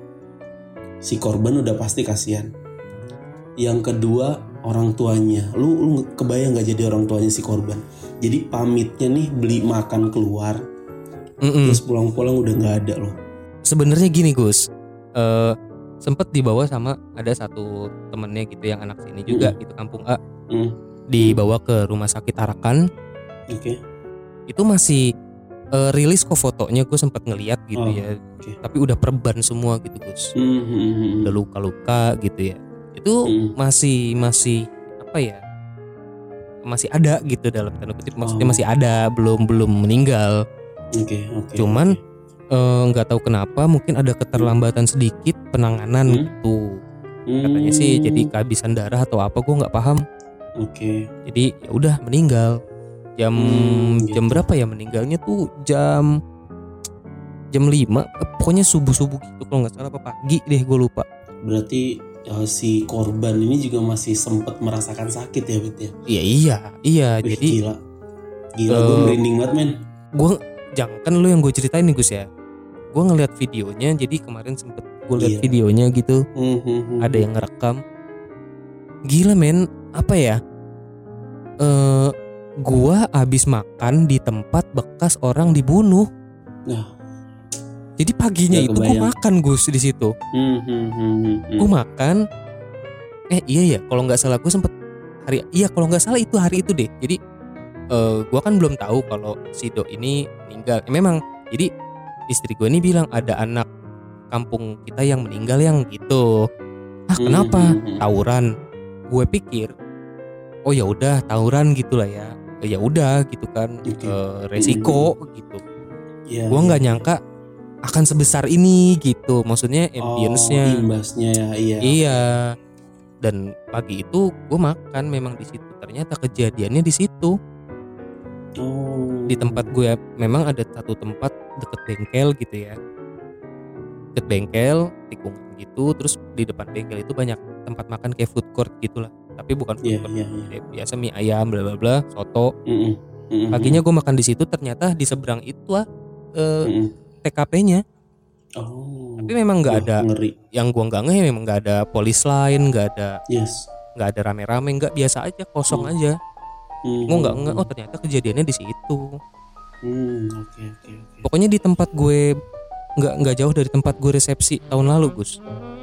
Si korban udah pasti kasihan. Yang kedua orang tuanya. Lu lu kebayang nggak jadi orang tuanya si korban? Jadi pamitnya nih beli makan keluar, Mm-mm. terus pulang-pulang udah nggak ada loh. Sebenarnya gini Gus, eh sempet dibawa sama ada satu temennya gitu yang anak sini juga gitu, kampung A, Hmm, dibawa ke rumah sakit Tarakan. Oke. Itu masih eh, rilis kok fotonya, gue sempet ngeliat gitu Oh, ya. oke. Tapi udah perban semua gitu Gus, Hmm, hmm, hmm, hmm. udah luka-luka gitu ya. Itu Hmm. masih masih apa ya? Masih ada gitu dalam tanda kutip, maksudnya Oh. masih ada, belum belum meninggal. Oke, oke. Cuman oke. eh, nggak tahu kenapa mungkin ada keterlambatan sedikit penanganan Hmm. gitu. Katanya sih Hmm, jadi kehabisan darah atau apa, gue nggak paham. Oke. Jadi ya udah meninggal. Jam Hmm, gitu. jam berapa ya meninggalnya tuh? Jam jam lima, eh, pokoknya subuh-subuh gitu kalau nggak salah, apa pagi deh, gue lupa. Berarti eh, si korban ini juga masih sempat merasakan sakit ya, Wit ya? Iya iya iya. Wih, Jadi gila. Gila, gue eh, merinding banget, men. gue jangan kan lu yang gue ceritain nih Gus ya. Gue ngeliat videonya, jadi kemarin sempet gue liat Iya. videonya gitu. Hmm, hmm, hmm, Ada hmm. yang ngerekam. Gila men, apa ya? Eh, gua abis makan di tempat bekas orang dibunuh. Nah, Jadi paginya Gak itu gue kebayang. makan Gus di situ. Hmm, hmm, hmm, hmm, hmm. Gue makan. Eh iya ya, kalau nggak salah gue sempet hari, iya kalau nggak salah itu hari itu deh. Jadi eh gue kan belum tahu kalau si Dok ini meninggal. Eh, memang, jadi istri gue ini bilang ada anak kampung kita yang meninggal yang gitu. Ah kenapa? Hmm, hmm, hmm. Tawuran. Gue pikir, oh ya udah tawuran gitulah ya. Eh, ya udah gitu kan. Oke. Eh, resiko gitu. Iya, Gue iya. nggak nyangka akan sebesar ini gitu. Maksudnya Oh, ambience-nya. imbasnya ya, iya. Iya. Dan pagi itu gue makan memang di situ. Ternyata kejadiannya di situ. Oh. Di tempat gue memang ada satu tempat deket bengkel gitu ya. Deket bengkel, tikungan gitu. Terus di depan bengkel itu banyak tempat makan kayak food court gitulah. Tapi bukan food Iya, court. iya, iya. Kayak biasa mie ayam bla bla bla, soto. Mm-mm. Mm-mm. Paginya gue makan di situ, ternyata di seberang itu ah eh, Mm-mm. T K P-nya. Oh. Tapi memang nggak Wah, ada. ngeri. Yang gua nggak ngeh memang nggak ada polis lain, nggak ada Yes. nggak ada rame-rame, nggak, biasa aja, kosong Hmm. aja. Hmm. Gua nggak ngeh, oh ternyata kejadiannya di situ. Hmm, oke oke oke. Pokoknya di tempat gue nggak nggak jauh dari tempat gue resepsi tahun lalu Gus.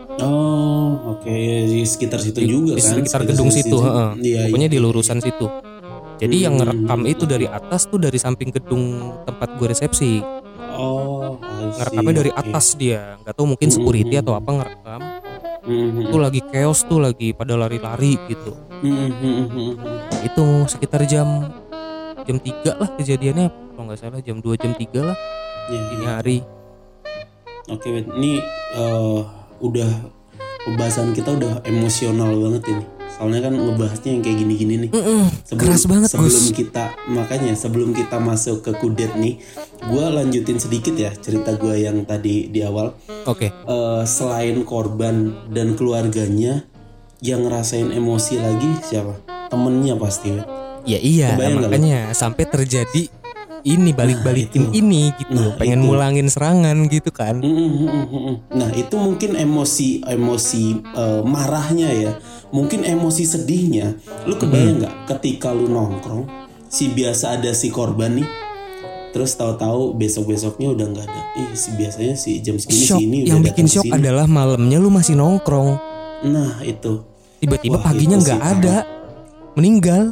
Oh, oke, ya, di sekitar situ Di, juga di kan. sekitar gedung situ, heeh. Iya, Pokoknya iya, di iya. lurusan situ. Jadi yang Hmm, ngerekam itu oke. dari atas tuh dari samping gedung tempat gue resepsi. Oh, I see, Ngerekamnya dari oke. atas dia, nggak tahu mungkin Hmm, security hmm, atau hmm. apa ngerekam. Hmm, Itu lagi chaos tuh, lagi pada lari-lari gitu. hmm, hmm, hmm, hmm. Itu sekitar jam jam tiga lah kejadiannya, kalau nggak salah jam dua jam tiga lah Iya, dini iya. hari. Oke, Bet. Ini eh, udah pembahasan kita udah emosional banget ini. Soalnya kan ngebahasnya yang kayak gini-gini nih. Mm-mm, Sebelum, keras banget sebelum Gus. kita makanya sebelum kita masuk ke kudet nih, gue lanjutin sedikit ya cerita gue yang tadi di awal. Oke. Eh, selain korban dan keluarganya, yang ngerasain emosi lagi siapa? Temennya pasti. Bet. Ya iya, Kebayang nggak makanya sampai terjadi ini balik-balikin Nah, itu. ini gitu, Nah, pengen itu. mulangin serangan gitu kan. Mm, mm, mm, mm, mm. Nah itu mungkin emosi emosi eh, marahnya ya, mungkin emosi sedihnya. Lu kebayang nggak ketika lu nongkrong, si biasa ada si korban nih, terus tahu-tahu besok besoknya udah nggak ada. Ih si biasanya si jam segini Shock, sini yang udah bikin datang shock kesini. adalah malamnya lu masih nongkrong, Nah itu. tiba-tiba Wah, paginya itu nggak sih ada, meninggal.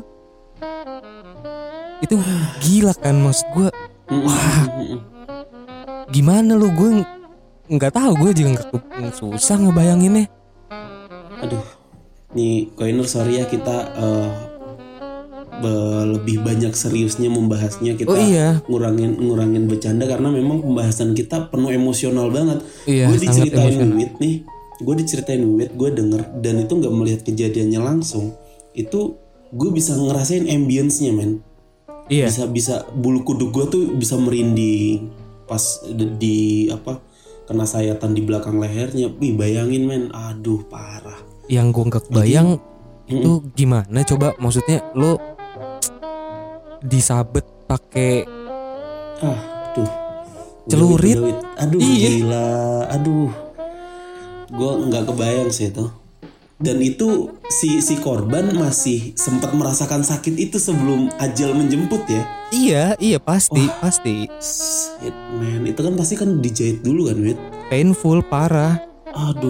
Itu gila kan, maksud gue Mm, mm, Wah. mm, mm, mm. gimana lu, gue ng- nggak tahu, gue juga nggak ke- susah ngebayanginnya. Aduh, nih Koiner sorry ya kita eh, be- lebih banyak seriusnya membahasnya, kita Oh iya, ngurangin ngurangin bercanda karena memang pembahasan kita penuh emosional banget. iya Gue sangat diceritain emosional. Wiwit nih, gue diceritain Wiwit, gue denger dan itu nggak melihat kejadiannya langsung, itu gue bisa ngerasain ambience-nya men, Iya, bisa bisa bulu kuduk gue tuh bisa merinding pas di, di apa kena sayatan di belakang lehernya. Wih bayangin men, aduh parah. yang gue nggak kebayang itu gimana coba, maksudnya lo disabet pakai Ah, tuh. Celurit. Udah, Wit, udah, Wit. Aduh, Iya. gila. Aduh. Gue nggak kebayang sih itu. Dan itu si si korban masih sempat merasakan sakit itu sebelum ajal menjemput ya. iya iya pasti pasti Shit, man. Itu kan pasti kan dijahit dulu kan, Wit. painful parah. Aduh.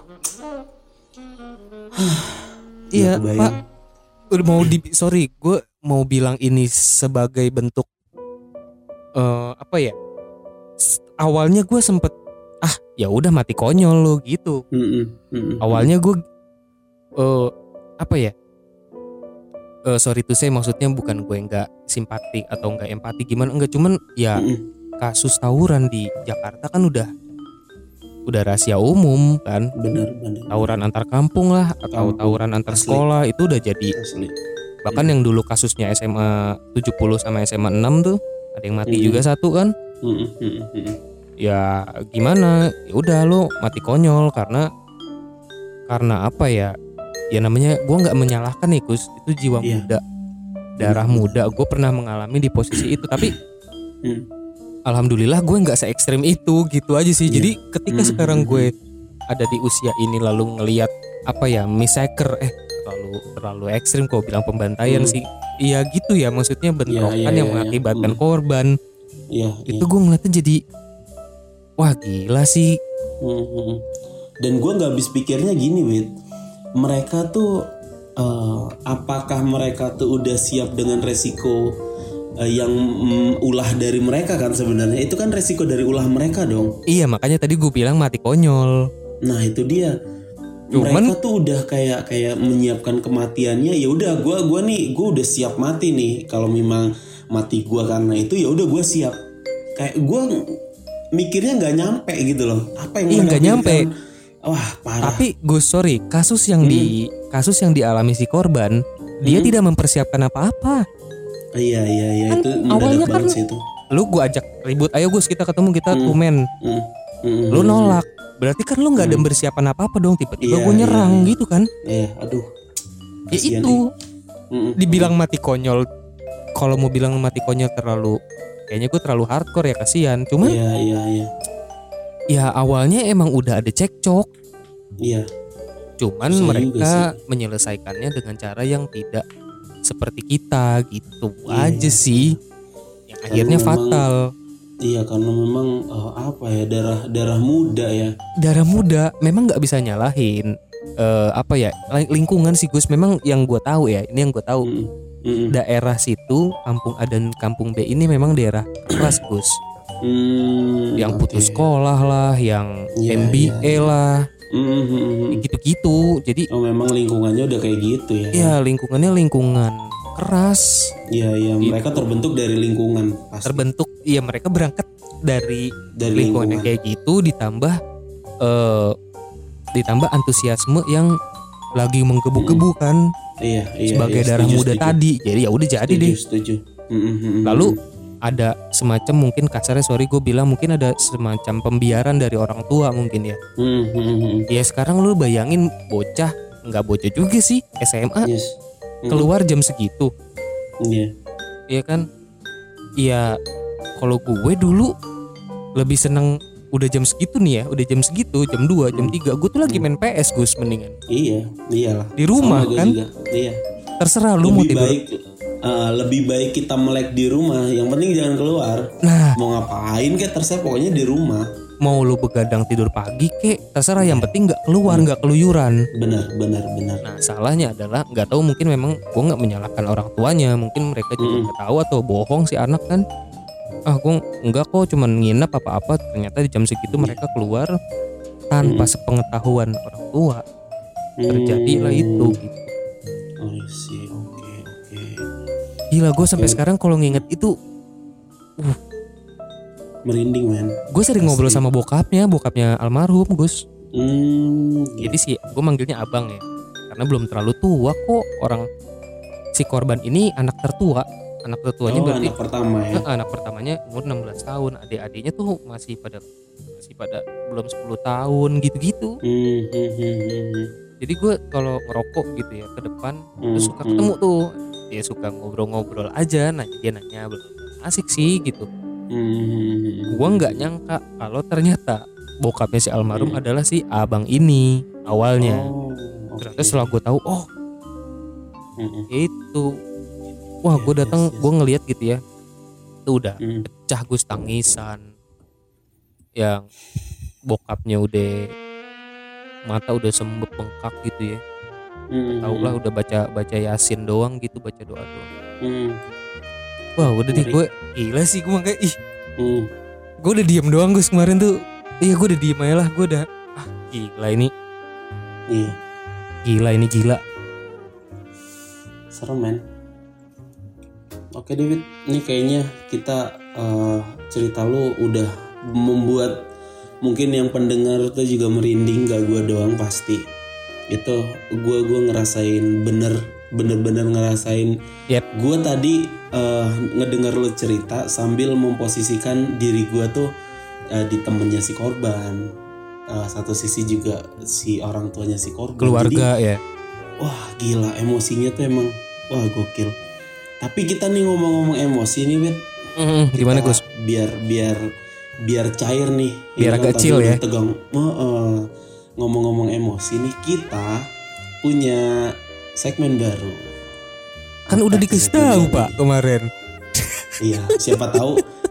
Iya kebayang. Pak, udah mau di sorry gue mau bilang ini sebagai bentuk eh apa ya, S- awalnya gue sempet ah ya udah mati konyol lo gitu. Mm-mm, mm-mm. Awalnya gue eh apa ya, eh sorry to say, maksudnya bukan gue nggak simpati atau nggak empati gimana, enggak, cuman ya Mm-mm. kasus tawuran di Jakarta kan udah udah rahasia umum kan. Bener bener. Tawuran antar kampung lah atau Kampung, tawuran antar asli. sekolah itu udah jadi. Asli. Bahkan yang dulu kasusnya S M A tujuh puluh sama S M A enam tuh ada yang mati Hmm. juga satu kan. Mm-mm, mm-mm, mm-mm. Ya gimana? Ya udah lo mati konyol karena karena apa ya? Ya namanya gue nggak menyalahkan nih Kus, itu jiwa Iya. muda, darah muda. Gue pernah mengalami di posisi itu, tapi Hmm. alhamdulillah gue nggak se ekstrim itu gitu aja sih. Iya. Jadi ketika Hmm, sekarang hmm, gue ada di usia ini lalu ngelihat apa ya, massacre, eh terlalu terlalu ekstrim kok bilang pembantaian Hmm. sih. Iya gitu ya, maksudnya bentrokan iya, yang iya, mengakibatkan hmm. korban. Iya, Itu iya. gue ngeliatnya jadi Wah gila sih. Hmm. Dan gue nggak habis pikirnya gini, Wit. Mereka tuh uh, apakah mereka tuh udah siap dengan resiko uh, yang um, ulah dari mereka kan sebenarnya? Itu kan resiko dari ulah mereka dong. Iya makanya tadi gue bilang mati konyol. Nah itu dia. Cuman, mereka tuh udah kayak kayak menyiapkan kematiannya. Ya udah, gue gua nih gue udah siap mati nih. Kalau memang mati gue karena itu, ya udah gue siap. Kayak gue mikirnya nggak nyampe gitu loh. Apa yang iya nggak nyampe. Wah parah. Tapi gue sorry, kasus yang hmm. di kasus yang dialami si korban, hmm. dia tidak mempersiapkan apa-apa. Iya iya iya kan itu awalnya kan sih itu. Lu gue ajak ribut, ayo Gus kita ketemu kita hmm. tumen. Hmm. Hmm. Lu nolak. Berarti kan lu nggak ada persiapan apa-apa dong, tiba-tiba iya, gue nyerang iya, iya. gitu kan? Iya, aduh. Ya itu, mm-mm. dibilang mati konyol. Kalau mau bilang mati konyol terlalu, kayaknya gue terlalu hardcore ya, kasihan. Cuman, iya, iya, iya. ya awalnya emang udah ada cekcok. Iya. Cuman Bisa mereka menyelesaikannya dengan cara yang tidak seperti kita gitu iya, aja iya. sih. Yang akhirnya memang, fatal. Iya karena memang uh, apa ya darah darah muda ya. Darah muda memang nggak bisa nyalahin uh, apa ya lingkungan sih Gus. Memang yang gue tahu ya ini yang gue tahu mm, mm, daerah situ kampung A dan kampung B ini memang daerah keras Gus. Mm, yang putus okay. sekolah lah, yang yeah, M B A yeah. lah, mm-hmm. gitu-gitu. Jadi oh memang lingkungannya udah kayak gitu ya. Iya lingkungannya lingkungan keras. Iya iya mereka terbentuk dari lingkungan pasti. Terbentuk iya mereka berangkat dari, dari lingkungan yang kayak gitu ditambah uh, ditambah antusiasme yang lagi menggebu-gebu kan. Iya iya sebagai iya, darah setuju, muda setuju. tadi. Jadi ya udah jadi setuju, deh. Setuju. Mm-hmm. Lalu ada semacam mungkin kasarnya sorry gue bilang mungkin ada semacam pembiaran dari orang tua mungkin ya. Mm-hmm. Ya sekarang lu bayangin bocah nggak bocah juga sih S M A. Yes. Keluar jam segitu. Iya. Iya kan? Iya. Kalau gue dulu lebih seneng udah jam segitu nih ya, udah jam segitu, jam dua, jam tiga, gue tuh lagi main P S Gus mendingan. Iya, iyalah. Di rumah sama kan? Juga. Iya. Terserah lu lebih mau tidur. Baik, uh, lebih baik kita melek di rumah, yang penting jangan keluar. Nah, mau ngapain kayak terserah pokoknya di rumah. Mau lu begadang tidur pagi kek, terserah yang penting nggak keluar, nggak keluyuran. Benar, benar, benar. Nah, salahnya adalah nggak tahu mungkin memang gue nggak menyalahkan orang tuanya, mungkin mereka juga nggak mm. tahu atau bohong si anak kan. Ah, gue enggak kok, cuman nginep apa-apa. Ternyata di jam segitu mereka keluar tanpa mm. sepengetahuan orang tua. Terjadilah mm. itu. Gitu. Oh sih, oke, okay, oke. Okay. Gila, gue sampai okay. sekarang kalau nginget itu, uh, merinding men. Gue sering Pasti. ngobrol sama bokapnya, bokapnya almarhum Gus. Hmm, Jadi sih gue manggilnya abang ya, karena belum terlalu tua kok orang si korban ini anak tertua, anak tertuanya oh, berarti anak pertama ya. Eh, anak pertamanya umur enam belas tahun, adik-adiknya tuh masih pada masih pada belum sepuluh tahun gitu-gitu. Hmm, hmm, hmm, hmm. Jadi gue kalau ngerokok gitu ya ke depan, hmm, terus suka ketemu hmm. tuh, dia suka ngobrol-ngobrol aja, nah dia nanya asik sih gitu. Hmm. Gua nggak nyangka kalau ternyata bokapnya si almarhum hmm. adalah si abang ini awalnya. Oh, okay. Ternyata setelah gue tahu, oh hmm. itu, wah gue datang, yes, yes. gue ngelihat gitu ya, itu udah hmm. pecah gue tangisan, yang bokapnya udah mata udah sembep bengkak gitu ya. Hmm. Tahu lah udah baca baca yasin doang gitu, baca doa doang. Hmm. Wah udah deh gue gila sih gue kayak ih hmm. gue udah diem doang Gus kemarin tuh. Iya gue udah diem aja lah, gue udah ah gila ini iya. Gila ini gila. Serem men. Oke David, ini kayaknya kita uh, cerita lu udah membuat mungkin yang pendengar tuh juga merinding, gak gue doang pasti. Itu gue gue ngerasain bener bener-bener ngerasain. Yep. Gue tadi uh, ngedengar lu cerita sambil memposisikan diri gue tuh uh, di temennya si korban, uh, satu sisi juga si orang tuanya si korban, keluarga. Jadi, ya wah gila emosinya tuh emang wah gokil. Tapi kita nih ngomong-ngomong emosi nih Wit, mm-hmm. gimana Gus? Biar biar biar cair nih, biar agak chill ya. Tegang. Oh, uh, ngomong-ngomong emosi nih, kita punya segmen baru. Kan udah dikasih tahu Pak kemarin. Iya, siapa tahu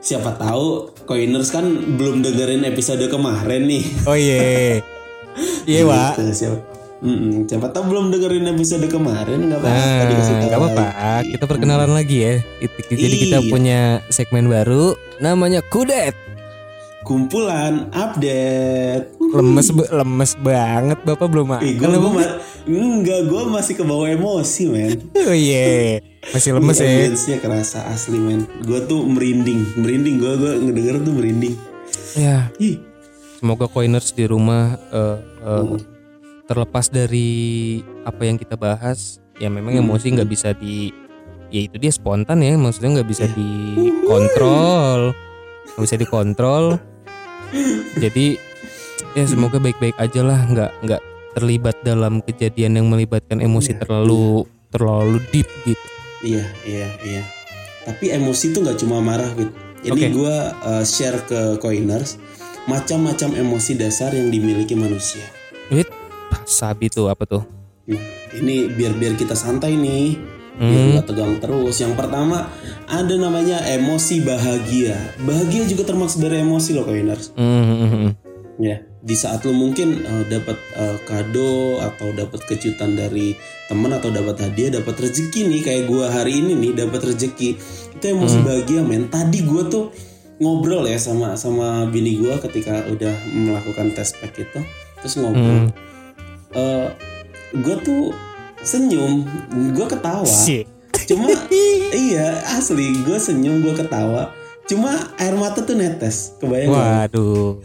siapa tahu Coiners kan belum dengerin episode kemarin nih. Oh iya. Iya, Pak. Gitu, siapa, Mm-mm, siapa tahu belum dengerin episode kemarin, nggak apa-apa. Nah, dikasih tahu nggak apa-apa. lagi. Kita perkenalan lagi ya. Itu- Jadi kita Iya. punya segmen baru namanya Kudet. Kumpulan update. Lemes be- lemes banget Bapak belum makan. Eh, gue apa? ma- enggak, gue masih kebawa emosi, men. Oh iya. Masih lemes ya. Ambience-nya kerasa asli, men. Gue tuh merinding, merinding. Gue gue ngedenger tuh merinding. Ya, Ih, semoga Coiners di rumah eh, eh, Hmm. terlepas dari apa yang kita bahas. Ya memang Hmm. emosi nggak bisa di, ya itu dia spontan ya. Maksudnya nggak bisa Iya. dikontrol, nggak bisa dikontrol. Jadi ya semoga baik-baik aja lah, nggak nggak terlibat dalam kejadian yang melibatkan emosi Iya, terlalu terlalu deep gitu. iya, iya, iya. Tapi emosi tuh nggak cuma marah, Wit. Ini Oke. gue uh, share ke Coiners macam-macam emosi dasar yang dimiliki manusia. Wait, sabi tuh apa tuh? Nah, ini biar biar kita santai nih, biar Hmm. nggak tegang terus. Yang pertama ada namanya emosi bahagia. Bahagia juga termasuk dari emosi loh, Coiners. Hmm, hmm, hmm. Ya, di saat lu mungkin uh, dapat uh, kado atau dapat kejutan dari teman atau dapat hadiah, dapat rezeki nih kayak gua hari ini nih dapat rezeki. Itu emosi bahagia, men. Tadi gua tuh ngobrol ya sama sama bini gua ketika udah melakukan tes pack itu. Terus ngobrol. Hmm. Eh, gua tuh senyum, gua ketawa. Shit. Cuma iya, asli gua senyum, gua ketawa. Cuma air mata tuh netes. Kebayang nggak? Waduh.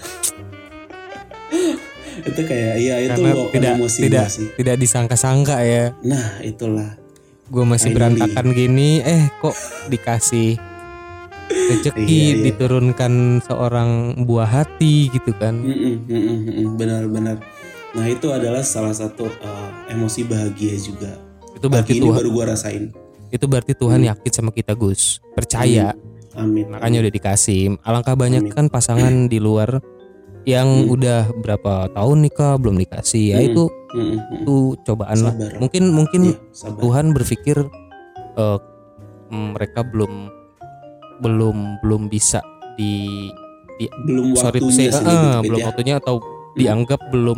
Itu kayak iya itu Karena luapan tidak emosi tidak gua sih. tidak disangka-sangka ya. Nah, itulah. Gue masih Finally. berantakan gini, eh kok dikasih rezeki, Iya, iya. diturunkan seorang buah hati gitu kan. Mm-mm, mm-mm, mm-mm, benar-benar. Nah, itu adalah salah satu uh, emosi bahagia juga. Itu berarti Pagi ini Tuhan, baru gua rasain. itu berarti Tuhan yakin sama kita, Gus. Percaya, Amin. makanya udah dikasih. Alangkah banyak Amin. kan pasangan di luar yang udah berapa tahun nikah belum dikasih. Ya Mm. itu Mm-mm, mm-mm. itu cobaan lah. Sabar. Mungkin mungkin Iya, sabar. Tuhan berpikir eh, mereka belum belum belum bisa di, di Belum sorry to waktunya say, sih eh, gitu, Fit, belum ya. waktunya atau dianggap belum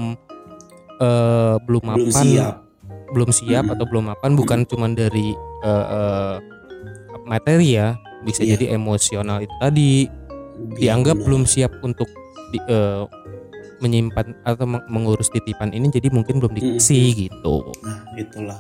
eh, belum Belum mapan, siap. belum siap Mm-mm. atau belum mapan, bukan cuman dari eh, eh, materi ya, bisa Iya. jadi emosional itu tadi Iya, dianggap benar. belum siap untuk di, eh, menyimpan atau meng- mengurus titipan ini, jadi mungkin belum dikasih gitu. Nah, itulah.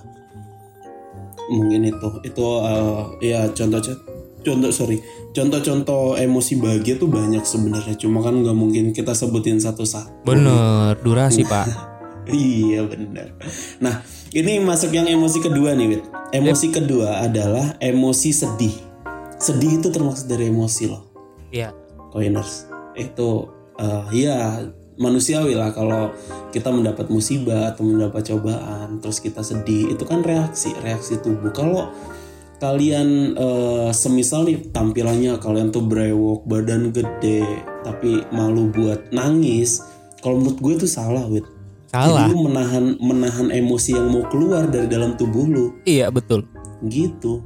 Mungkin itu itu uh, ya contoh contoh sorry contoh-contoh emosi bahagia tuh banyak sebenarnya, cuma kan nggak mungkin kita sebutin satu-satu. Bener, durasi Pak. Iya benar. Nah, ini masuk yang emosi kedua nih, Wit. Emosi kedua adalah emosi sedih. Sedih itu termasuk dari emosi loh, Iya. Coiners. Itu uh, ya manusiawi lah kalau kita mendapat musibah atau mendapat cobaan, terus kita sedih. Itu kan reaksi, reaksi tubuh. Kalau kalian uh, semisal nih tampilannya kalian tuh brewok, badan gede, tapi malu buat nangis. Kalau menurut gue itu salah, Wit. Salah. Jadi lu menahan menahan emosi yang mau keluar dari dalam tubuh lu, Iya betul. gitu.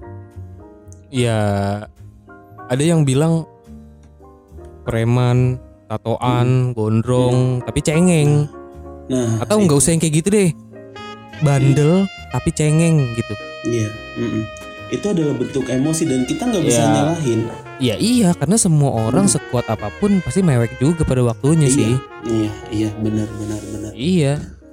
Ya ada yang bilang preman, tatoan, gondrong, tapi cengeng. Nah, Atau nggak usah yang kayak gitu deh, bandel tapi cengeng gitu. iya, mm-mm. Itu adalah bentuk emosi dan kita nggak bisa Ya. nyalahin. Ya iya, karena semua orang sekuat apapun pasti mewek juga pada waktunya sih. Iya, iya, benar, benar, benar. Iya.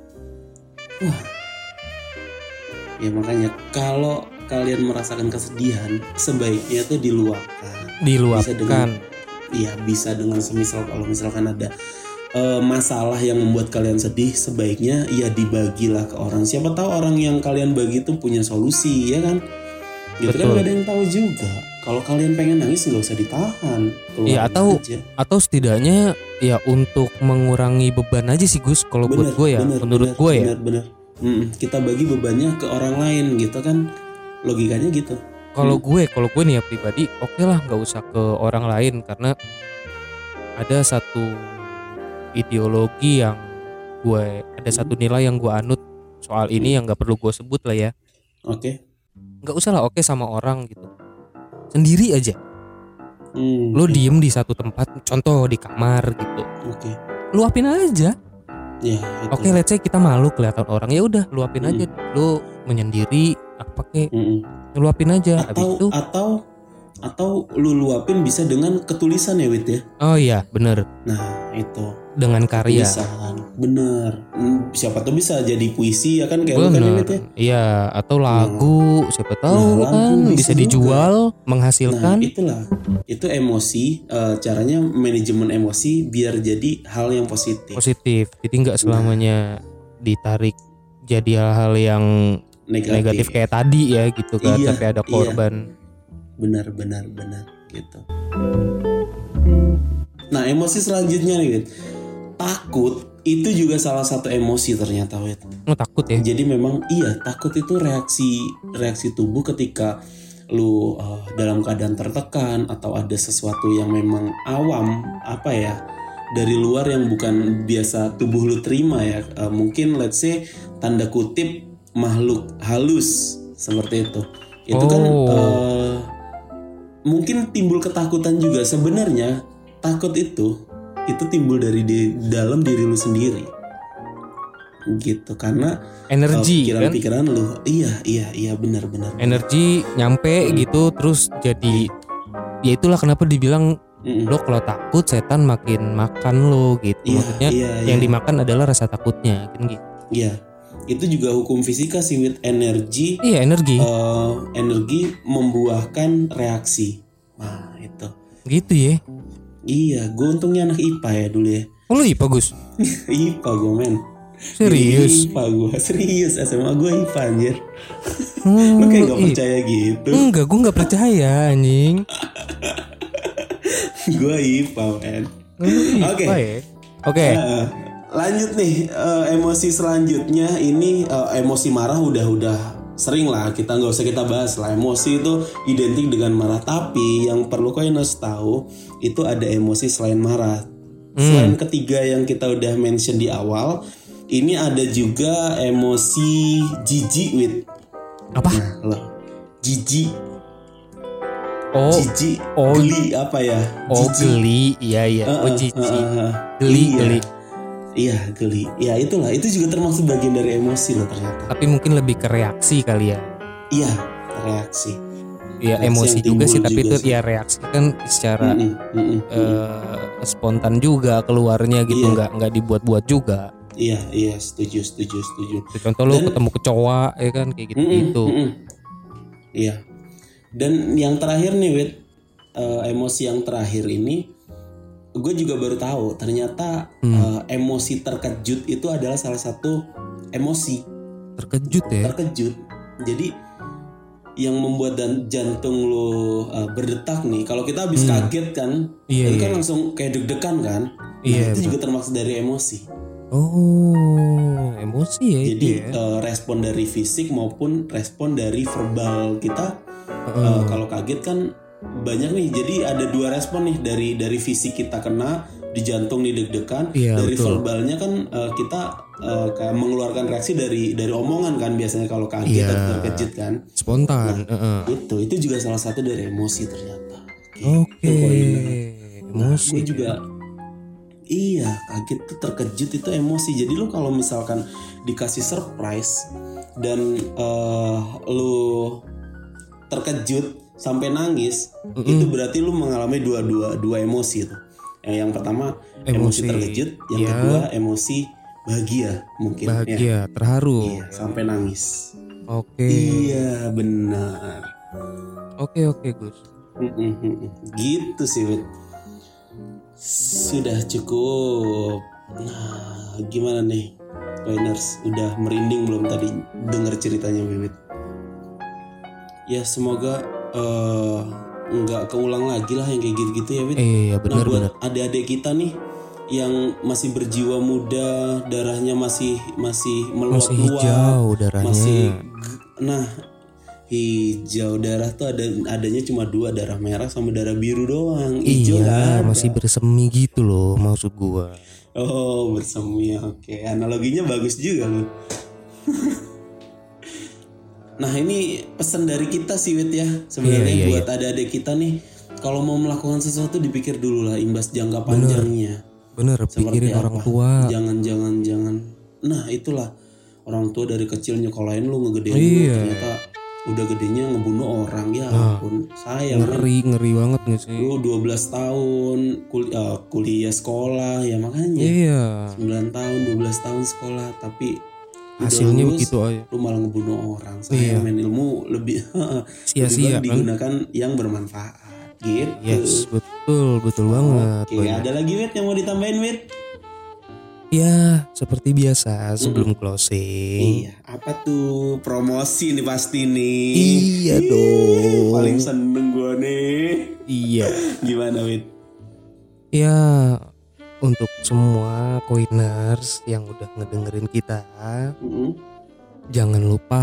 Ya makanya kalau kalian merasakan kesedihan, sebaiknya tuh diluapkan. Diluapkan. Iya, bisa dengan semisal kalau misalkan ada eh, masalah yang membuat kalian sedih, sebaiknya ya dibagilah ke orang. Siapa tahu orang yang kalian bagi itu punya solusi, ya kan? Gitu kan Betul. gak ada yang tahu juga. Kalau kalian pengen nangis nggak usah ditahan, keluarin Iya, atau- aja. Atau setidaknya ya untuk mengurangi beban aja sih Gus. Kalau buat Bener, gue ya, bener, menurut bener, gue ya. bener, bener. Mm-mm, kita bagi bebannya ke orang lain gitu kan, logikanya gitu. Kalau gue, kalau gue nih ya pribadi, oke lah nggak usah ke orang lain karena ada satu ideologi yang gue, ada satu nilai yang gue anut soal ini yang nggak perlu gue sebut lah ya. Oke. Nggak usah lah oke sama orang gitu, sendiri aja. Hmm, Lo oke. diem di satu tempat, contoh di kamar gitu. Oke. Luapin aja. Ya, itu. Oke, let's say kita malu kelihatan orang, ya udah luapin Mm. aja. Lo menyendiri apa kek, Mm-mm. luapin aja. Habis Atau itu, atau atau lu luapin bisa dengan ketulisan ya Wit ya. oh iya bener, Nah, itu dengan karya. tulisan. Bener. Hmm, siapa tuh bisa jadi puisi ya kan kayak lu kan ya, Wit ya. Bener, iya. Atau lagu, siapa tahu Nah, lagu kan bisa bisa juga. dijual, Nah, menghasilkan. itulah. Itu emosi, eh, caranya manajemen emosi biar jadi hal yang positif. Positif. Jadi nggak selamanya ditarik jadi hal-hal yang Negatif. negatif kayak tadi ya gitu kan, Iya, sampai ada iya. korban. Benar, benar, benar gitu. Nah, emosi selanjutnya nih, Wit. Takut itu juga salah satu emosi ternyata, Wit. Lo takut ya? Jadi memang iya, takut itu reaksi reaksi tubuh ketika lu uh, dalam keadaan tertekan atau ada sesuatu yang memang awam, apa ya, dari luar yang bukan biasa tubuh lu terima ya. Uh, mungkin let's say tanda kutip makhluk halus seperti itu. Itu kan Oh. uh, mungkin timbul ketakutan juga. Sebenarnya takut itu itu timbul dari di dalam diri lu sendiri gitu, karena Energi uh, kan? pikiran-pikiran lu. Iya iya iya benar-benar. Energi nyampe gitu, terus jadi ya itulah kenapa dibilang Mm-mm. lo kalau takut setan makin makan lo gitu. Iya, Maksudnya iya, yang iya. dimakan adalah rasa takutnya kan gitu. Iya, itu juga hukum fisika sih, with energi. Iya, energi. uh, energi membuahkan reaksi. Nah itu. Gitu ya. Iya, gue untungnya anak I P A ya dulu ya. Oh, lu I P A, Gus? I P A gue men. Serius? I P A gue serius, S M A gue I P A anjir. Hmm, Lu kayak gak i- percaya gitu. Enggak, gue nggak percaya anjing. Gue I P A men. Lu Oke. I P A ya? Oke. Nah, lanjut nih, eh, emosi selanjutnya ini, eh, emosi marah udah-udah sering lah, kita nggak usah kita bahas lah. Emosi itu identik dengan marah, tapi yang perlu kalian harus tahu itu ada emosi selain marah. Selain ketiga yang kita udah mention di awal, ini ada juga emosi jijik, Wit. Apa? Nah, loh, jijik, Oh, jijik, oh. geli apa ya? oh Jijik. geli. Iya, iya. Uh, Oh, uh, jijik. uh, uh, uh. Geli, Iya. geli. Iya, geli. Ya itulah, itu juga termasuk bagian dari emosi loh ternyata. Tapi mungkin lebih ke reaksi kali ya. Iya, reaksi. Ya Reaksi emosi yang juga sih, timbul tapi juga itu sih. ya reaksi kan secara Mm-mm, mm-mm, eh, spontan juga keluarnya gitu, Iya. nggak nggak dibuat-buat juga. Iya, iya, setuju, setuju, setuju. Contoh lo Dan- ketemu kecoa ya kan kayak gitu Mm-mm, gitu. mm-mm. Iya. Dan yang terakhir nih, Wit, eh, emosi yang terakhir ini, gue juga baru tahu ternyata Hmm. eh, emosi terkejut itu adalah salah satu emosi. Terkejut ya. Terkejut. Jadi yang membuat dan jantung lo uh, berdetak nih. Kalau kita habis kaget kan, Iya, itu kan iya. langsung kayak deg-degan kan. Nah, Iya, itu juga termasuk dari emosi. Oh, emosi ya itu Jadi ya. uh, respon dari fisik maupun respon dari verbal kita. Uh, kalau kaget kan banyak nih. Jadi ada dua respon nih, dari dari fisik kita kena di jantung nih deg-degan. Iya, Dari betul. verbalnya kan uh, kita uh, kayak mengeluarkan reaksi dari dari omongan kan, biasanya kalau kaget Iya. atau terkejut kan. Spontan. heeh. Itu itu juga salah satu dari emosi ternyata. Oke. Itu poin benar. Emosi. Gue juga iya, kaget tuh, terkejut itu emosi. Jadi lu kalau misalkan dikasih surprise dan eh, lu terkejut sampai nangis, itu berarti lu mengalami dua dua dua emosi itu. Yang, yang pertama emosi, Emosi, terkejut, yang ya. kedua emosi bahagia mungkin. Ya. Bahagia, terharu. Iya, sampai nangis. Oke. Iya, benar. Oke, oke, Gus. Mm-mm-mm. Gitu sih, Wit. Sudah cukup. Nah, gimana nih, Coiners? Udah merinding belum tadi dengar ceritanya Wiwit? Ya semoga eh, nggak keulang lagi lah yang kayak gitu-gitu ya, Wit. Eh, ya Nah, benar buat benar. adik-adik kita nih yang masih berjiwa muda, darahnya masih masih Masih meluap-luap, hijau darahnya. masih g- nah hijau darah tuh ada adanya cuma dua, darah merah sama darah biru doang. Hijau nggak Iya, ada. masih bersemi gitu loh maksud gua. Oh, bersemi. Oke, analoginya bagus juga loh. Nah, ini pesan dari kita sih, Wit ya. Sebenarnya Iya, iya, buat adik-adik kita nih, kalau mau melakukan sesuatu dipikir dulu lah imbas jangka panjangnya. Bener, Seperti pikirin orang apa. tua. Jangan jangan jangan. Nah itulah orang tua dari kecil nyekolahin lu, ngegedein Iya. lu, ternyata udah gedenya ngebunuh orang. Ya ampun, sayang kan. Ngeri, ngeri banget gak sih? Lu dua belas tahun kul- eh, kuliah sekolah ya makanya. Iya. sembilan tahun, dua belas tahun sekolah tapi udah Hasilnya lulus, begitu aja. lu malah ngebunuh orang. Sayang men, ilmu lebih Sia-sia lebih baik kan? digunakan yang bermanfaat gitu. Yes, betul, betul banget. Oke, ada lagi Wit yang mau ditambahin Wit? Ya, seperti biasa sebelum closing. Iya, apa tuh promosi nih pasti nih. Iya Ih, dong. Paling seneng gua nih. Iya. Gimana Wit? Ya, untuk semua Koiners yang udah ngedengerin kita, Mm-mm. jangan lupa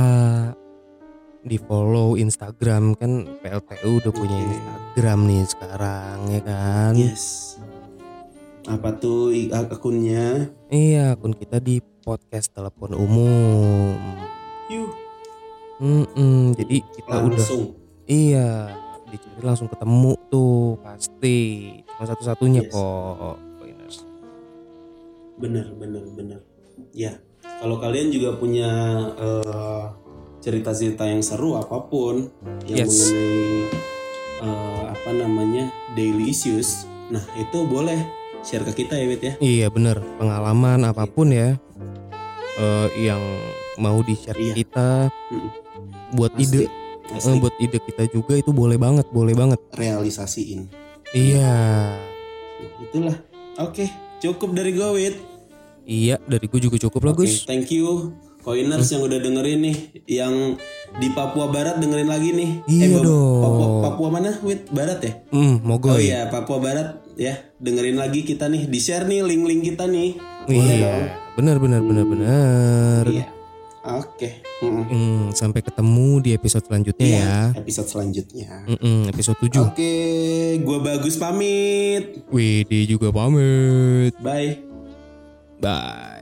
di follow Instagram, kan P L T U udah punya Oke. Instagram nih sekarang ya kan. Yes. Apa tuh i- akunnya? Iya, akun kita di podcast telepon umum. Yuh, Mm-mm, jadi kita udah langsung. iya dicari langsung ketemu tuh pasti, cuma satu-satunya Yes. kok Koiners. Bener, bener, bener. Ya, kalau kalian juga punya eh, cerita-cerita yang seru apapun yang Yes. mengenai eh, apa namanya daily issues, nah itu boleh share ke kita ya Wit ya. Iya bener, pengalaman apapun ya eh, yang mau di share Iya. kita Mm-mm. buat Pasti, ide, pasti eh, buat ide kita juga itu boleh banget, boleh banget. realisasiin. Iya, Nah, itulah. Oke, cukup dari gue Wit. iya dari gue juga cukup lah Oke, Gus. thank you Koiners yang udah dengerin nih, yang di Papua Barat dengerin lagi nih. Iya Bab- dong. Papua, Papua mana Wit? Barat ya? Hmm, Oh mogoy. iya, Papua Barat ya. Dengerin lagi kita nih, di share nih link-link kita nih. Boleh dong. Iya, benar benar benar benar. Iya. Oke. Mm-mm. Hmm, sampai ketemu di episode selanjutnya Iya, ya. episode selanjutnya. Mm-mm, episode tujuh. Oke, gua Bagus pamit. Widi juga pamit. Bye. Bye.